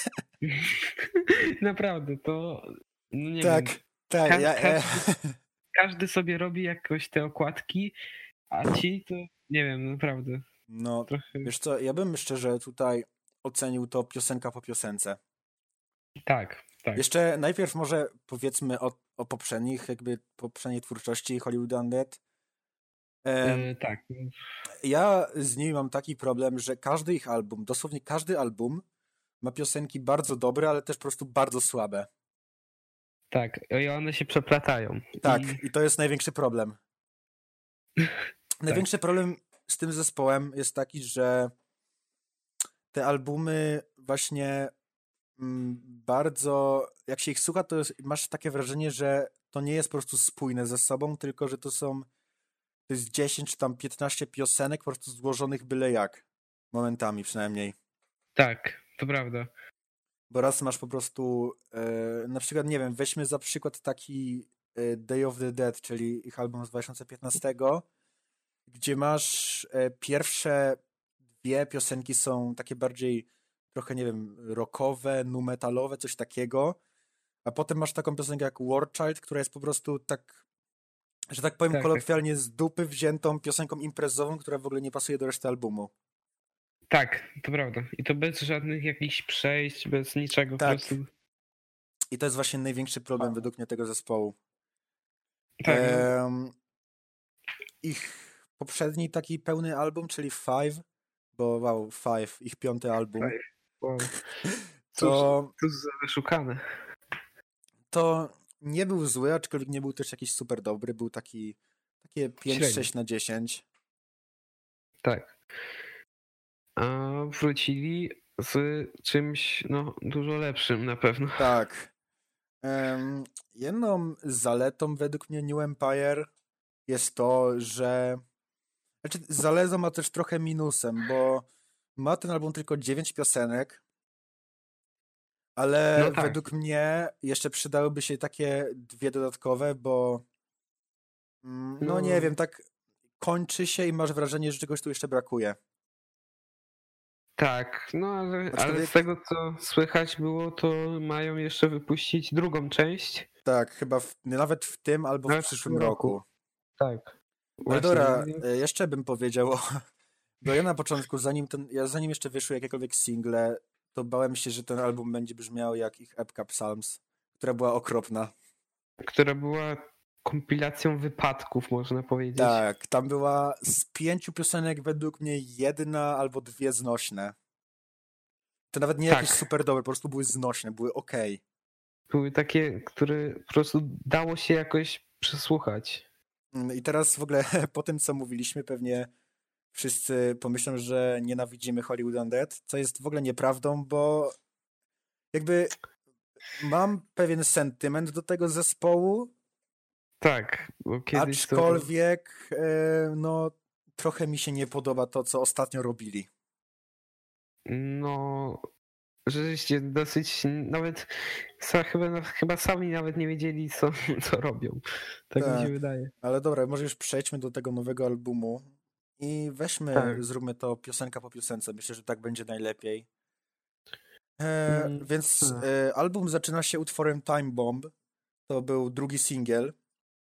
[SPEAKER 2] Naprawdę, to no nie
[SPEAKER 1] Tak,
[SPEAKER 2] wiem.
[SPEAKER 1] tak.
[SPEAKER 2] Każdy sobie robi jakoś te okładki, a ci to nie wiem, naprawdę.
[SPEAKER 1] No,
[SPEAKER 2] Trochę.
[SPEAKER 1] wiesz co, ja bym szczerze tutaj ocenił to piosenka po piosence.
[SPEAKER 2] Tak.
[SPEAKER 1] Jeszcze najpierw może powiedzmy o poprzedniej twórczości Hollywood Undead.
[SPEAKER 2] Tak.
[SPEAKER 1] Ja z nimi mam taki problem, że każdy ich album, dosłownie każdy album ma piosenki bardzo dobre, ale też po prostu bardzo słabe.
[SPEAKER 2] Tak, i one się przeplatają.
[SPEAKER 1] Tak, i to jest największy problem. Największy problem z tym zespołem jest taki, że te albumy właśnie bardzo, jak się ich słucha, to masz takie wrażenie, że to nie jest po prostu spójne ze sobą, tylko że to jest 10 czy tam 15 piosenek po prostu złożonych byle jak. Momentami przynajmniej.
[SPEAKER 2] Tak, to prawda.
[SPEAKER 1] Bo raz masz po prostu, na przykład, nie wiem, weźmy za przykład taki Day of the Dead, czyli ich album z 2015, gdzie masz pierwsze dwie piosenki są takie bardziej trochę, nie wiem, rockowe, nu-metalowe, coś takiego, a potem masz taką piosenkę jak War Child, która jest po prostu tak, że tak powiem kolokwialnie z dupy wziętą piosenką imprezową, która w ogóle nie pasuje do reszty albumu.
[SPEAKER 2] Tak, to prawda. I to bez żadnych jakichś przejść, bez niczego
[SPEAKER 1] Tak.
[SPEAKER 2] po prostu.
[SPEAKER 1] I to jest właśnie największy problem według mnie tego zespołu.
[SPEAKER 2] Tak.
[SPEAKER 1] Ich poprzedni taki pełny album, czyli Five, bo Five, ich piąty album.
[SPEAKER 2] Wow.
[SPEAKER 1] To
[SPEAKER 2] wyszukane.
[SPEAKER 1] To nie był zły, aczkolwiek nie był też jakiś super dobry. Był takie 5-6 na 10.
[SPEAKER 2] Tak. A wrócili z czymś dużo lepszym na pewno.
[SPEAKER 1] Tak. Jedną zaletą według mnie New Empire jest to, że zaletą ma też trochę minusem, bo ma ten album tylko 9 piosenek, ale według mnie jeszcze przydałyby się takie dwie dodatkowe, bo nie wiem, tak kończy się i masz wrażenie, że czegoś tu jeszcze brakuje.
[SPEAKER 2] Tak, ale z tego co słychać było, to mają jeszcze wypuścić drugą część.
[SPEAKER 1] Tak, chyba nawet w tym albo w przyszłym roku.
[SPEAKER 2] Tak.
[SPEAKER 1] Ale dobra, jeszcze bym powiedział, bo ja na początku, zanim jeszcze wyszły jakiekolwiek single, to bałem się, że ten album będzie brzmiał jak ich epka Psalms, która była okropna.
[SPEAKER 2] która była kompilacją wypadków, można powiedzieć.
[SPEAKER 1] Tak, tam była z 5 piosenek według mnie 1 albo 2 znośne. To nawet nie
[SPEAKER 2] Tak.
[SPEAKER 1] jakieś super dobre, po prostu były znośne, były okej.
[SPEAKER 2] Były takie, które po prostu dało się jakoś przesłuchać.
[SPEAKER 1] I teraz w ogóle po tym, co mówiliśmy, pewnie wszyscy pomyślą, że nienawidzimy Hollywood Undead, co jest w ogóle nieprawdą, bo jakby mam pewien sentyment do tego zespołu,
[SPEAKER 2] Tak, bo kiedyś to...
[SPEAKER 1] aczkolwiek no trochę mi się nie podoba to, co ostatnio robili.
[SPEAKER 2] No, rzeczywiście dosyć, nawet chyba sami nawet nie wiedzieli, co robią. Tak mi się
[SPEAKER 1] Tak.
[SPEAKER 2] wydaje.
[SPEAKER 1] Ale dobra, może już przejdźmy do tego nowego albumu i weźmy,
[SPEAKER 2] Tak.
[SPEAKER 1] zróbmy to piosenka po piosence. Myślę, że tak będzie najlepiej. Więc
[SPEAKER 2] tak.
[SPEAKER 1] album zaczyna się utworem Time Bomb. To był drugi singiel.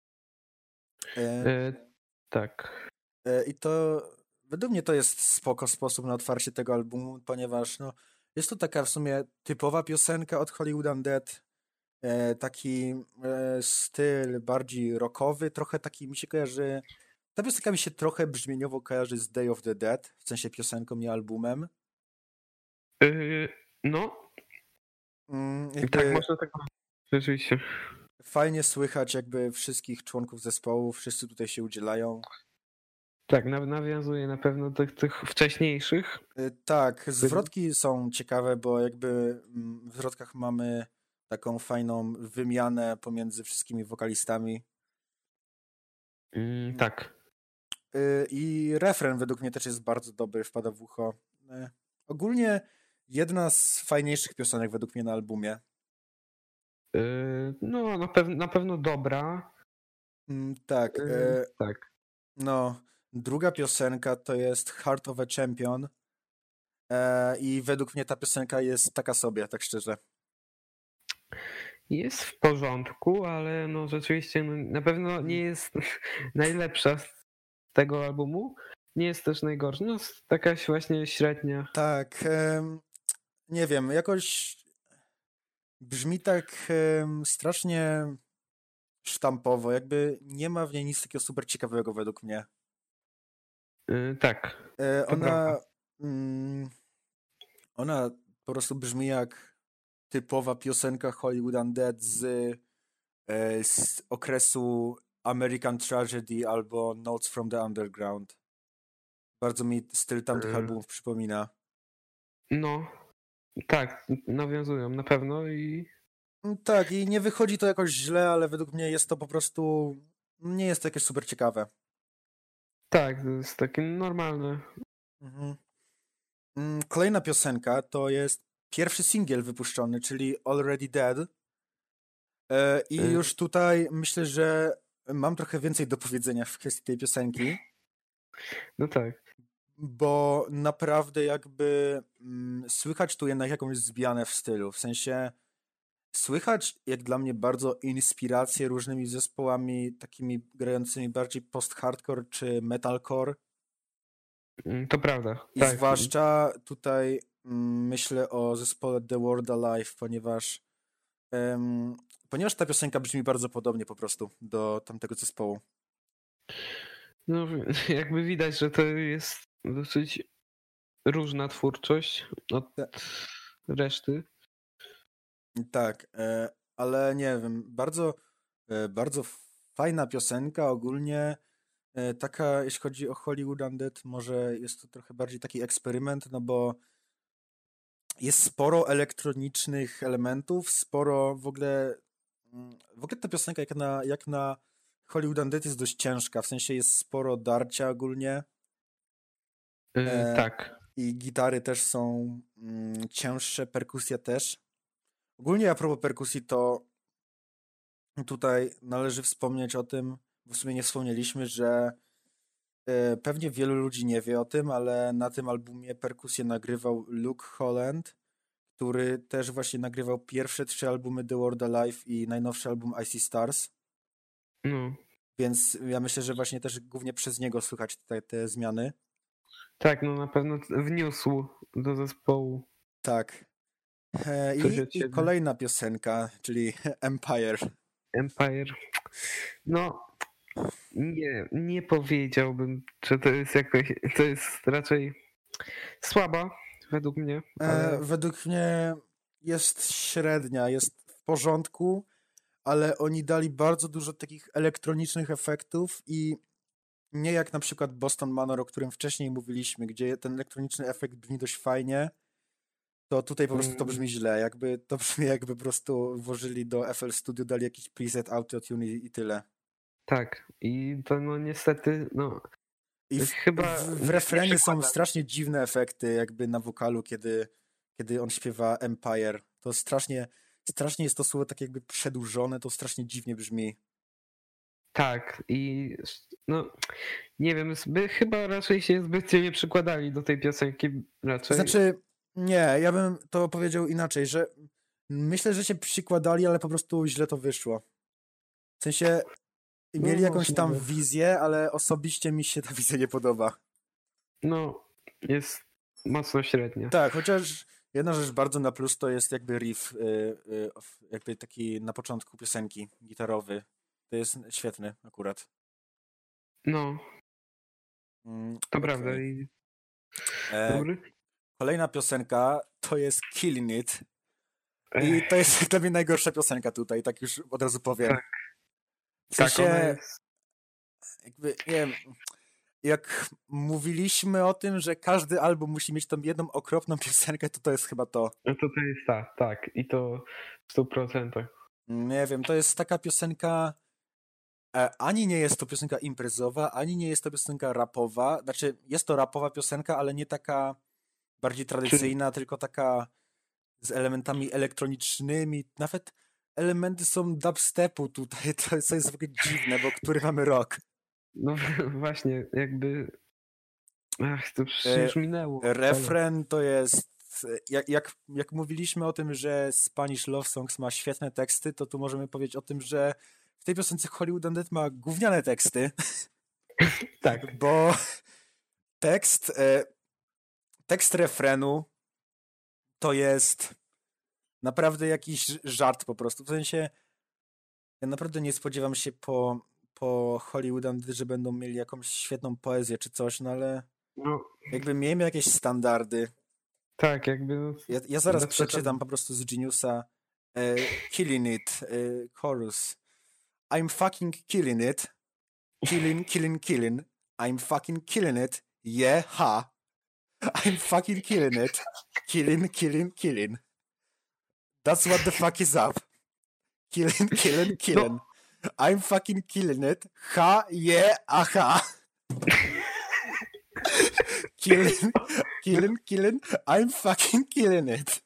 [SPEAKER 2] Tak.
[SPEAKER 1] I to według mnie to jest spoko sposób na otwarcie tego albumu, ponieważ no, jest to taka w sumie typowa piosenka od Hollywood Undead. Taki styl bardziej rockowy, trochę taki mi się kojarzy. Ta piosenka mi się trochę brzmieniowo kojarzy z Day of the Dead, w sensie piosenką, nie albumem.
[SPEAKER 2] No,
[SPEAKER 1] Jakby
[SPEAKER 2] tak można tak rzeczywiście.
[SPEAKER 1] fajnie słychać jakby wszystkich członków zespołu, wszyscy tutaj się udzielają.
[SPEAKER 2] Tak, nawiązuje na pewno do tych wcześniejszych.
[SPEAKER 1] Tak, zwrotki są ciekawe, bo jakby w zwrotkach mamy taką fajną wymianę pomiędzy wszystkimi wokalistami.
[SPEAKER 2] Tak.
[SPEAKER 1] I refren według mnie też jest bardzo dobry, wpada w ucho. Ogólnie jedna z fajniejszych piosenek według mnie na albumie.
[SPEAKER 2] No, na pewno dobra.
[SPEAKER 1] Tak.
[SPEAKER 2] Tak.
[SPEAKER 1] No, druga piosenka to jest Heart of a Champion. I według mnie ta piosenka jest taka sobie, tak szczerze.
[SPEAKER 2] Jest w porządku, ale no rzeczywiście na pewno nie jest najlepsza z tego albumu. Nie jest też najgorsza. No, taka właśnie średnia.
[SPEAKER 1] Tak. Nie wiem, jakoś brzmi tak strasznie sztampowo, jakby nie ma w niej nic takiego super ciekawego według mnie.
[SPEAKER 2] Tak.
[SPEAKER 1] Ona, ona po prostu brzmi jak typowa piosenka Hollywood Undead z okresu American Tragedy albo Notes from the Underground. Bardzo mi styl tamtych albumów przypomina.
[SPEAKER 2] No, tak, nawiązują na pewno i...
[SPEAKER 1] Tak, i nie wychodzi to jakoś źle, ale według mnie jest to po prostu... Nie jest to jakieś super ciekawe.
[SPEAKER 2] Tak, to jest takie normalne.
[SPEAKER 1] Mhm. Kolejna piosenka to jest pierwszy singiel wypuszczony, czyli Already Dead. I już tutaj myślę, że mam trochę więcej do powiedzenia w kwestii tej piosenki.
[SPEAKER 2] No tak.
[SPEAKER 1] Bo naprawdę jakby słychać tu jednak jakąś zmianę w stylu. W sensie słychać jak dla mnie bardzo inspiracje różnymi zespołami takimi grającymi bardziej post-hardcore czy metalcore.
[SPEAKER 2] To prawda.
[SPEAKER 1] I
[SPEAKER 2] tak.
[SPEAKER 1] zwłaszcza tutaj myślę o zespole The World Alive, ponieważ ta piosenka brzmi bardzo podobnie po prostu do tamtego zespołu.
[SPEAKER 2] No jakby widać, że to jest dosyć różna twórczość od reszty.
[SPEAKER 1] Tak, ale nie wiem, bardzo fajna piosenka ogólnie. Taka, jeśli chodzi o Hollywood Undead, może jest to trochę bardziej taki eksperyment, no bo jest sporo elektronicznych elementów, sporo w ogóle ta piosenka jak na Hollywood Undead jest dość ciężka, w sensie jest sporo darcia ogólnie.
[SPEAKER 2] Tak.
[SPEAKER 1] I gitary też są cięższe, perkusja też. Ogólnie a propos perkusji, to tutaj należy wspomnieć o tym, bo w sumie nie wspomnieliśmy, że pewnie wielu ludzi nie wie o tym, ale na tym albumie perkusję nagrywał Luke Holland, który też właśnie nagrywał pierwsze 3 albumy The World Alive i najnowszy album I See Stars.
[SPEAKER 2] No.
[SPEAKER 1] Więc ja myślę, że właśnie też głównie przez niego słychać te zmiany.
[SPEAKER 2] Tak, no na pewno wniósł do zespołu.
[SPEAKER 1] Tak. I kolejna piosenka, czyli Empire.
[SPEAKER 2] Empire. No, nie powiedziałbym, że to jest jakoś, to jest raczej słaba według mnie, ale
[SPEAKER 1] Według mnie jest średnia, jest w porządku, ale oni dali bardzo dużo takich elektronicznych efektów i nie jak na przykład Boston Manor, o którym wcześniej mówiliśmy, gdzie ten elektroniczny efekt brzmi dość fajnie, to tutaj po prostu to brzmi źle. Jakby to brzmi jakby po prostu włożyli do FL Studio, dali jakiś preset autotune i tyle.
[SPEAKER 2] tak. I to no niestety, no
[SPEAKER 1] I
[SPEAKER 2] chyba
[SPEAKER 1] w refrenie są
[SPEAKER 2] przykłada.
[SPEAKER 1] strasznie dziwne efekty jakby na wokalu, kiedy on śpiewa Empire. To strasznie jest to słowo tak jakby przedłużone, to strasznie dziwnie brzmi.
[SPEAKER 2] Tak, i no nie wiem, chyba raczej się zbytnio nie przykładali do tej piosenki raczej.
[SPEAKER 1] Znaczy, nie, ja bym to powiedział inaczej, że myślę, że się przykładali, ale po prostu źle to wyszło. W sensie mieli jakąś tam
[SPEAKER 2] możliwe.
[SPEAKER 1] wizję, ale osobiście mi się ta wizja nie podoba.
[SPEAKER 2] No, jest mocno średnia.
[SPEAKER 1] Tak, chociaż jedna rzecz bardzo na plus to jest jakby riff, jakby taki na początku piosenki gitarowy. To jest świetny akurat.
[SPEAKER 2] No, to prawda.
[SPEAKER 1] okej.
[SPEAKER 2] I
[SPEAKER 1] E,
[SPEAKER 2] dobry.
[SPEAKER 1] Kolejna piosenka to jest Killing It. I
[SPEAKER 2] Ech,
[SPEAKER 1] to jest dla mnie najgorsza piosenka tutaj, tak już od razu powiem.
[SPEAKER 2] Tak.
[SPEAKER 1] W
[SPEAKER 2] tak,
[SPEAKER 1] sensie,
[SPEAKER 2] ona jest.
[SPEAKER 1] jakby, nie wiem, jak mówiliśmy o tym, że każdy album musi mieć tą jedną okropną piosenkę, to jest chyba to.
[SPEAKER 2] No to jest tak. I to w 100%.
[SPEAKER 1] Nie wiem, to jest taka piosenka, ani nie jest to piosenka imprezowa, ani nie jest to piosenka rapowa. Znaczy, jest to rapowa piosenka, ale nie taka bardziej tradycyjna, tylko taka z elementami elektronicznymi. Nawet elementy są dubstepu tutaj, to jest w ogóle dziwne, bo który mamy rok?
[SPEAKER 2] No właśnie, jakby. Ach, to przecież minęło.
[SPEAKER 1] Refren to jest, jak mówiliśmy o tym, że Spanish Love Songs ma świetne teksty, to tu możemy powiedzieć o tym, że w tej piosence Hollywood Undead ma gówniane teksty,
[SPEAKER 2] Tak.
[SPEAKER 1] bo tekst refrenu to jest naprawdę jakiś żart po prostu. W sensie ja naprawdę nie spodziewam się po Hollywood Undead, że będą mieli jakąś świetną poezję czy coś, no ale
[SPEAKER 2] No,
[SPEAKER 1] jakby miejmy jakieś standardy.
[SPEAKER 2] tak, jakby. No,
[SPEAKER 1] Ja zaraz
[SPEAKER 2] na przykład-
[SPEAKER 1] przeczytam po prostu z Geniusa Killing It, chorus. I'm fucking killing it. Killing. I'm fucking killing it. Yeah, ha. I'm fucking killing it. Killing. That's what the fuck is up. Killing. I'm fucking killing it. Ha, yeah, aha. Killing. I'm fucking killing it.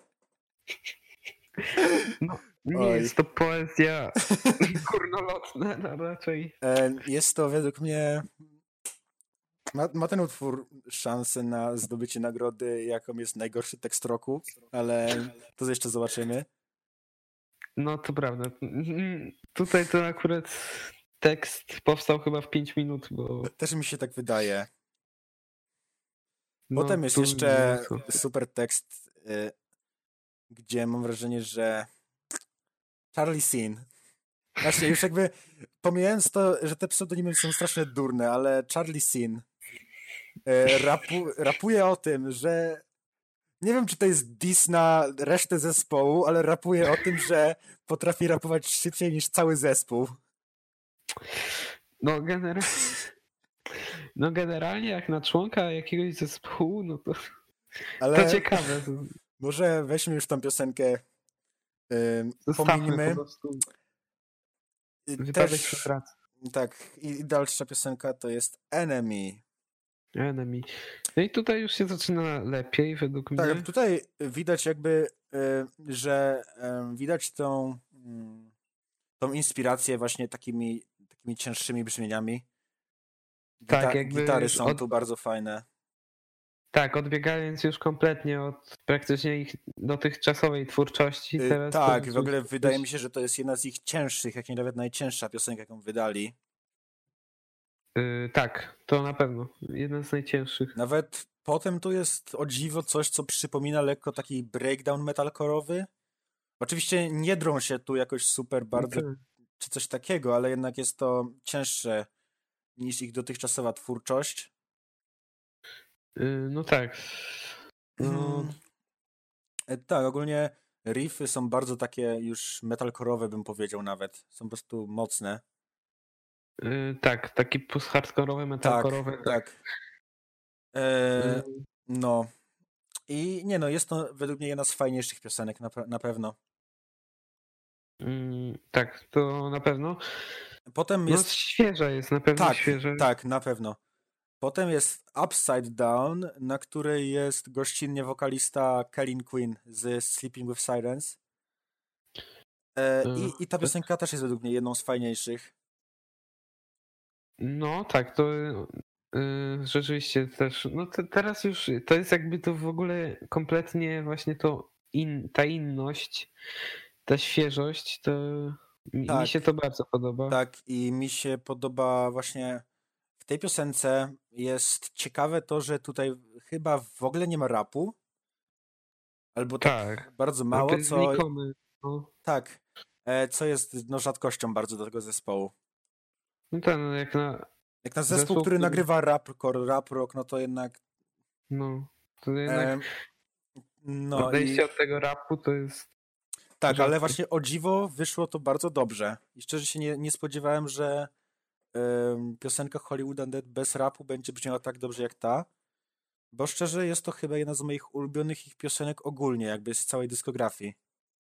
[SPEAKER 2] No, nie
[SPEAKER 1] Oj.
[SPEAKER 2] jest to poezja górnolotna, no raczej.
[SPEAKER 1] Jest to według mnie... Ma ten utwór szansę na zdobycie nagrody, jaką jest najgorszy tekst roku, ale to jeszcze zobaczymy.
[SPEAKER 2] No to prawda. Tutaj to akurat tekst powstał chyba w 5 minut, bo.
[SPEAKER 1] Też mi się tak wydaje.
[SPEAKER 2] No,
[SPEAKER 1] Potem jest
[SPEAKER 2] tu
[SPEAKER 1] jeszcze
[SPEAKER 2] nie ma co.
[SPEAKER 1] super tekst, gdzie mam wrażenie, że Charlie Sheen. Właśnie już jakby pomijając to, że te pseudonimy są strasznie durne, ale Charlie Sheen rapuje o tym, że nie wiem, czy to jest diss na resztę zespołu, ale rapuje o tym, że potrafi rapować szybciej niż cały zespół.
[SPEAKER 2] No, generalnie jak na członka jakiegoś zespołu, no to
[SPEAKER 1] Ale
[SPEAKER 2] ciekawe.
[SPEAKER 1] może weźmy już tą piosenkę,
[SPEAKER 2] Zostawmy po
[SPEAKER 1] pominimy.
[SPEAKER 2] prostu wypadek
[SPEAKER 1] Też,
[SPEAKER 2] przy pracy.
[SPEAKER 1] tak, i dalsza piosenka to jest Enemy.
[SPEAKER 2] Enemy. No i tutaj już się zaczyna lepiej według mnie.
[SPEAKER 1] Tak, tutaj widać jakby, że widać tą inspirację właśnie takimi cięższymi brzmieniami.
[SPEAKER 2] Tak, jakby
[SPEAKER 1] Gitary są
[SPEAKER 2] od-
[SPEAKER 1] tu bardzo fajne.
[SPEAKER 2] Tak, odbiegając już kompletnie od praktycznie ich dotychczasowej twórczości. Teraz
[SPEAKER 1] Tak,
[SPEAKER 2] to
[SPEAKER 1] w ogóle wydaje mi się, że to jest jedna z ich cięższych, jak nie nawet najcięższa piosenka, jaką wydali.
[SPEAKER 2] Tak, to na pewno. Jedna z najcięższych.
[SPEAKER 1] Nawet potem tu jest o dziwo coś, co przypomina lekko taki breakdown metalcore'owy. Oczywiście nie drą się tu jakoś super bardzo
[SPEAKER 2] Tak.
[SPEAKER 1] czy coś takiego, ale jednak jest to cięższe niż ich dotychczasowa twórczość.
[SPEAKER 2] No tak. No,
[SPEAKER 1] Tak, ogólnie riffy są bardzo takie już metalcore'owe, bym powiedział nawet. Są po prostu mocne.
[SPEAKER 2] tak, taki post-hardkorowy, metalkorowy, tak.
[SPEAKER 1] Tak. E, no. I nie no, jest to według mnie jedna z fajniejszych piosenek, na pewno.
[SPEAKER 2] Tak, to na pewno.
[SPEAKER 1] Potem
[SPEAKER 2] No
[SPEAKER 1] jest...
[SPEAKER 2] świeża jest, na pewno
[SPEAKER 1] Tak,
[SPEAKER 2] świeża.
[SPEAKER 1] tak, na pewno. Potem jest Upside Down, na której jest gościnnie wokalista Kellin Quinn z Sleeping with Sirens. I ta piosenka też jest według mnie jedną z fajniejszych.
[SPEAKER 2] No tak, to rzeczywiście też. No teraz już to jest jakby to w ogóle kompletnie właśnie ta inność, ta świeżość, to mi
[SPEAKER 1] Tak.
[SPEAKER 2] się to bardzo podoba.
[SPEAKER 1] Tak, i mi się podoba właśnie w tej piosence jest ciekawe to, że tutaj chyba w ogóle nie ma rapu. Albo tak bardzo
[SPEAKER 2] No
[SPEAKER 1] mało,
[SPEAKER 2] to jest
[SPEAKER 1] co...
[SPEAKER 2] znikomy. No.
[SPEAKER 1] Tak, co jest no, rzadkością bardzo do tego zespołu.
[SPEAKER 2] No tak, no jak na
[SPEAKER 1] zespół, który nagrywa rap rock, no to jednak...
[SPEAKER 2] No, to jednak
[SPEAKER 1] no
[SPEAKER 2] odejście od tego rapu to jest...
[SPEAKER 1] Tak,
[SPEAKER 2] rzadkie.
[SPEAKER 1] ale właśnie o dziwo wyszło to bardzo dobrze. I szczerze się nie spodziewałem, że piosenka Hollywood Undead bez rapu będzie brzmiała tak dobrze jak ta. Bo szczerze jest to chyba jedna z moich ulubionych ich piosenek ogólnie, jakby z całej dyskografii.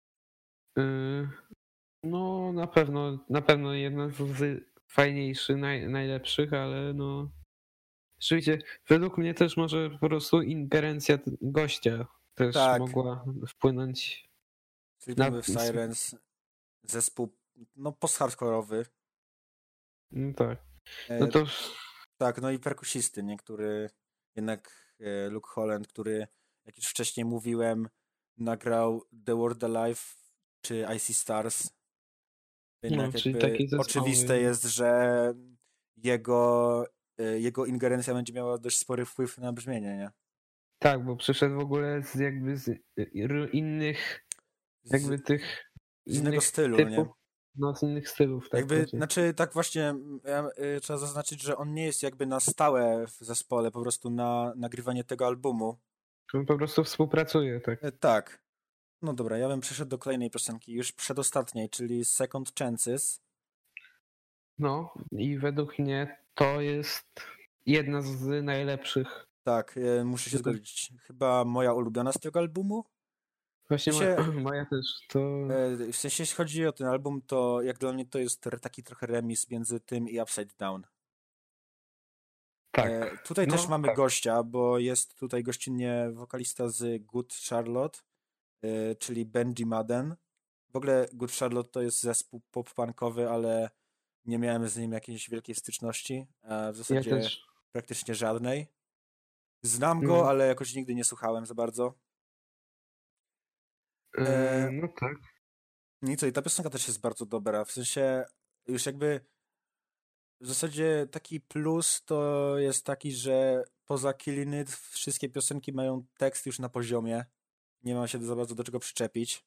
[SPEAKER 2] No na pewno jedna z fajniejszych, najlepszych, ale no rzeczywiście według mnie też może po prostu ingerencja gościa też mogła wpłynąć
[SPEAKER 1] Sleeping with Sirens, zespół no post-hardkorowy.
[SPEAKER 2] No tak. No to...
[SPEAKER 1] Tak, no i perkusisty, nie? Który jednak Luke Holland, który jak już wcześniej mówiłem, nagrał The World Alive czy I See Stars. Jednak
[SPEAKER 2] czyli
[SPEAKER 1] jakby
[SPEAKER 2] takie zespoły.
[SPEAKER 1] oczywiste jest, że jego ingerencja będzie miała dość spory wpływ na brzmienie, nie?
[SPEAKER 2] Tak, bo przyszedł w ogóle z innych jakby tych
[SPEAKER 1] z innego stylu,
[SPEAKER 2] typów,
[SPEAKER 1] nie?
[SPEAKER 2] No, z innych stylów. Tak,
[SPEAKER 1] jakby, znaczy tak właśnie trzeba zaznaczyć, że on nie jest jakby na stałe w zespole, po prostu na nagrywanie tego albumu.
[SPEAKER 2] On po prostu współpracuje, tak.
[SPEAKER 1] Tak. No dobra, ja bym przeszedł do kolejnej piosenki, już przedostatniej, czyli Second Chances.
[SPEAKER 2] No i według mnie to jest jedna z najlepszych.
[SPEAKER 1] Tak, muszę się zgodzić. Chyba moja ulubiona z tego albumu.
[SPEAKER 2] Właśnie moja też. To...
[SPEAKER 1] W sensie, jeśli chodzi o ten album, to jak dla mnie to jest taki trochę remis między tym i Upside Down.
[SPEAKER 2] Tak.
[SPEAKER 1] Tutaj też mamy gościa, bo jest tutaj gościnnie wokalista z Good Charlotte, czyli Benji Madden. W ogóle Good Charlotte to jest zespół pop-punkowy, ale nie miałem z nim jakiejś wielkiej styczności, a w zasadzie praktycznie żadnej. Znam go, ale jakoś nigdy nie słuchałem za bardzo.
[SPEAKER 2] No tak.
[SPEAKER 1] I co, i ta piosenka też jest bardzo dobra, w sensie już jakby w zasadzie taki plus to jest taki, że poza Killing It wszystkie piosenki mają tekst już na poziomie, nie ma się za bardzo do czego przyczepić.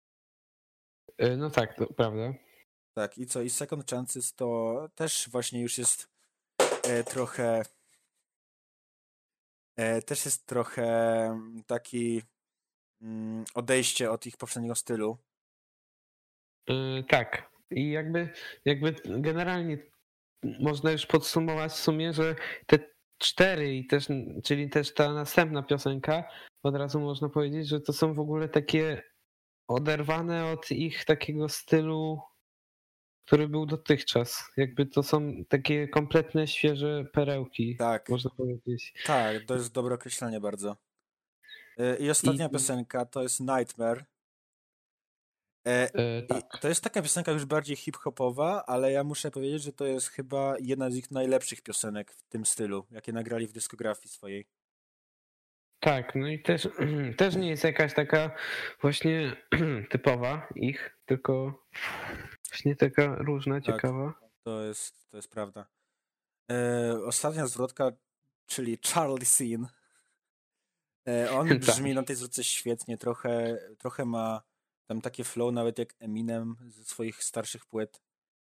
[SPEAKER 2] No tak, to prawda.
[SPEAKER 1] Tak, i co, i Second Chances to też właśnie już jest trochę taki odejście od ich poprzedniego stylu.
[SPEAKER 2] Tak. I jakby generalnie można już podsumować w sumie, że te 4 czyli też ta następna piosenka, od razu można powiedzieć, że to są w ogóle takie oderwane od ich takiego stylu, który był dotychczas. Jakby to są takie kompletne, świeże perełki,
[SPEAKER 1] tak,
[SPEAKER 2] można powiedzieć.
[SPEAKER 1] Tak, to jest dobre określenie bardzo. I ostatnia piosenka to jest Nightmare.
[SPEAKER 2] Tak.
[SPEAKER 1] I to jest taka piosenka już bardziej hip-hopowa, ale ja muszę powiedzieć, że to jest chyba jedna z ich najlepszych piosenek w tym stylu, jakie nagrali w dyskografii swojej.
[SPEAKER 2] Tak, no i też nie jest jakaś taka właśnie typowa ich, tylko właśnie taka różna, ciekawa.
[SPEAKER 1] To jest prawda. Ostatnia zwrotka, czyli Charlie Sheen. On brzmi na tej zwrotce świetnie, trochę ma tam takie flow nawet jak Eminem ze swoich starszych płyt.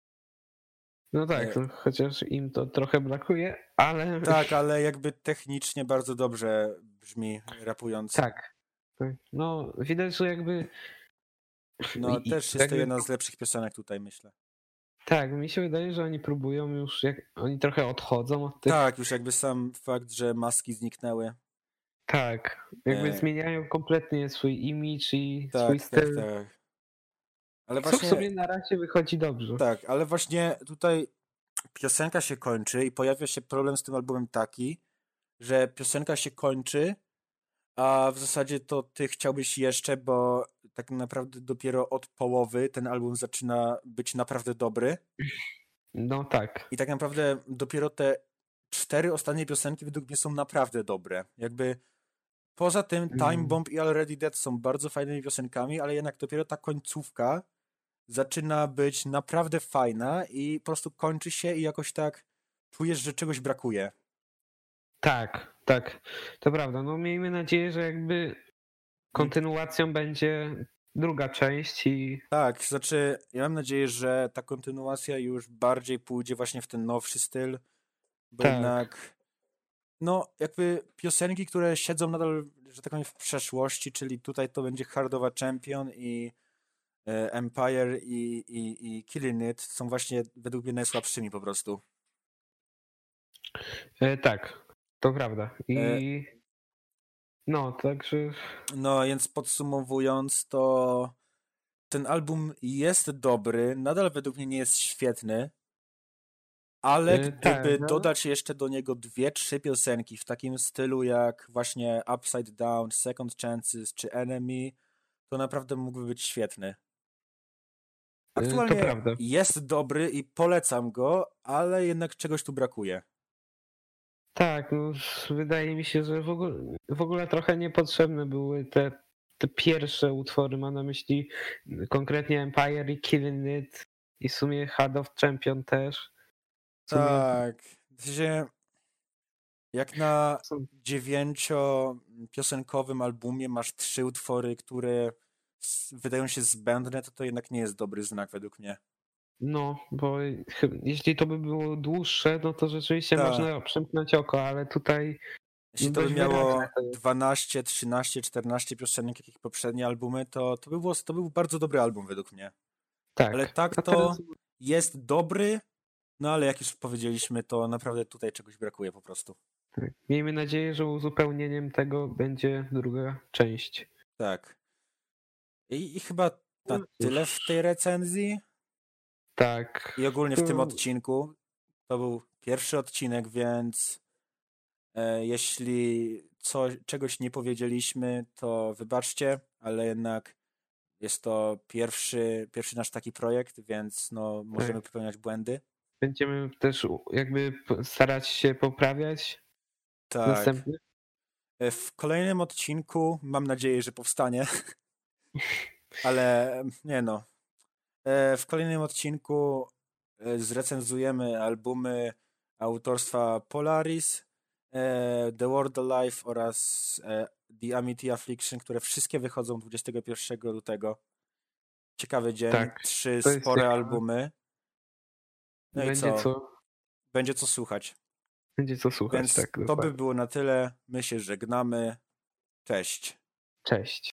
[SPEAKER 2] No tak, chociaż im to trochę brakuje, ale
[SPEAKER 1] Tak, ale jakby technicznie bardzo dobrze brzmi rapując.
[SPEAKER 2] tak. No widać, że jakby
[SPEAKER 1] No też jest to jedna z lepszych piosenek tutaj, myślę.
[SPEAKER 2] tak, mi się wydaje, że oni próbują już, oni trochę odchodzą od tych.
[SPEAKER 1] Tak, już jakby sam fakt, że maski zniknęły.
[SPEAKER 2] Tak, jakby
[SPEAKER 1] E.
[SPEAKER 2] zmieniają kompletnie swój image i swój
[SPEAKER 1] Tak,
[SPEAKER 2] styl.
[SPEAKER 1] tak. Ale
[SPEAKER 2] Co w
[SPEAKER 1] właśnie,
[SPEAKER 2] sobie na razie wychodzi dobrze.
[SPEAKER 1] tak, ale właśnie tutaj piosenka się kończy i pojawia się problem z tym albumem taki, że piosenka się kończy, a w zasadzie to ty chciałbyś jeszcze, bo tak naprawdę dopiero od połowy ten album zaczyna być naprawdę dobry.
[SPEAKER 2] No tak.
[SPEAKER 1] I tak naprawdę dopiero te 4 ostatnie piosenki według mnie są naprawdę dobre. Jakby poza tym Time Bomb i Already Dead są bardzo fajnymi piosenkami, ale jednak dopiero ta końcówka zaczyna być naprawdę fajna i po prostu kończy się i jakoś tak czujesz, że czegoś brakuje.
[SPEAKER 2] Tak, tak. To prawda. No miejmy nadzieję, że jakby kontynuacją będzie druga część i
[SPEAKER 1] Tak, znaczy ja mam nadzieję, że ta kontynuacja już bardziej pójdzie właśnie w ten nowszy styl, bo
[SPEAKER 2] tak.
[SPEAKER 1] jednak no jakby piosenki, które siedzą nadal, że tak powiem, w przeszłości, czyli tutaj to będzie Hardowa Champion i Empire i Killing It są właśnie według mnie najsłabszymi po prostu.
[SPEAKER 2] Tak, to prawda. I no, także
[SPEAKER 1] no więc podsumowując, to ten album jest dobry, nadal według mnie nie jest świetny, ale gdyby dodać jeszcze do niego 2-3 piosenki w takim stylu jak właśnie Upside Down, Second Chances czy Enemy, to naprawdę mógłby być świetny. Aktualnie
[SPEAKER 2] to prawda.
[SPEAKER 1] jest dobry i polecam go, ale jednak czegoś tu brakuje.
[SPEAKER 2] Tak, no, wydaje mi się, że w ogóle trochę niepotrzebne były te pierwsze utwory, mam na myśli konkretnie Empire i Killing It i w sumie Heart of Champion też.
[SPEAKER 1] Tak, w sensie jak na 9-piosenkowym albumie masz 3 utwory, które wydają się zbędne, to jednak nie jest dobry znak według mnie.
[SPEAKER 2] No, bo jeśli to by było dłuższe, no to rzeczywiście można przymknąć oko, ale tutaj
[SPEAKER 1] jeśli to by miało 12, 13, 14 piosenek, jak ich poprzednie albumy, to był bardzo dobry album według mnie.
[SPEAKER 2] Tak.
[SPEAKER 1] Ale tak to jest dobry, no ale jak już powiedzieliśmy, to naprawdę tutaj czegoś brakuje po prostu.
[SPEAKER 2] Tak. Miejmy nadzieję, że uzupełnieniem tego będzie druga część.
[SPEAKER 1] Tak. I chyba na tyle w tej recenzji.
[SPEAKER 2] Tak.
[SPEAKER 1] I ogólnie w tym odcinku. To był pierwszy odcinek, więc jeśli czegoś nie powiedzieliśmy, to wybaczcie, ale jednak jest to pierwszy nasz taki projekt, więc no, możemy popełniać błędy.
[SPEAKER 2] Będziemy też jakby starać się poprawiać.
[SPEAKER 1] Tak.
[SPEAKER 2] Następny.
[SPEAKER 1] W kolejnym odcinku mam nadzieję, że powstanie, ale nie no. W kolejnym odcinku zrecenzujemy albumy autorstwa Polaris, The World Alive oraz The Amity Affliction, które wszystkie wychodzą 21 lutego. Ciekawy dzień,
[SPEAKER 2] tak,
[SPEAKER 1] 3 spore albumy. No
[SPEAKER 2] będzie
[SPEAKER 1] i co? Będzie co słuchać.
[SPEAKER 2] Będzie co słuchać,
[SPEAKER 1] więc
[SPEAKER 2] tak.
[SPEAKER 1] to by było na tyle. My się żegnamy. Cześć.
[SPEAKER 2] Cześć.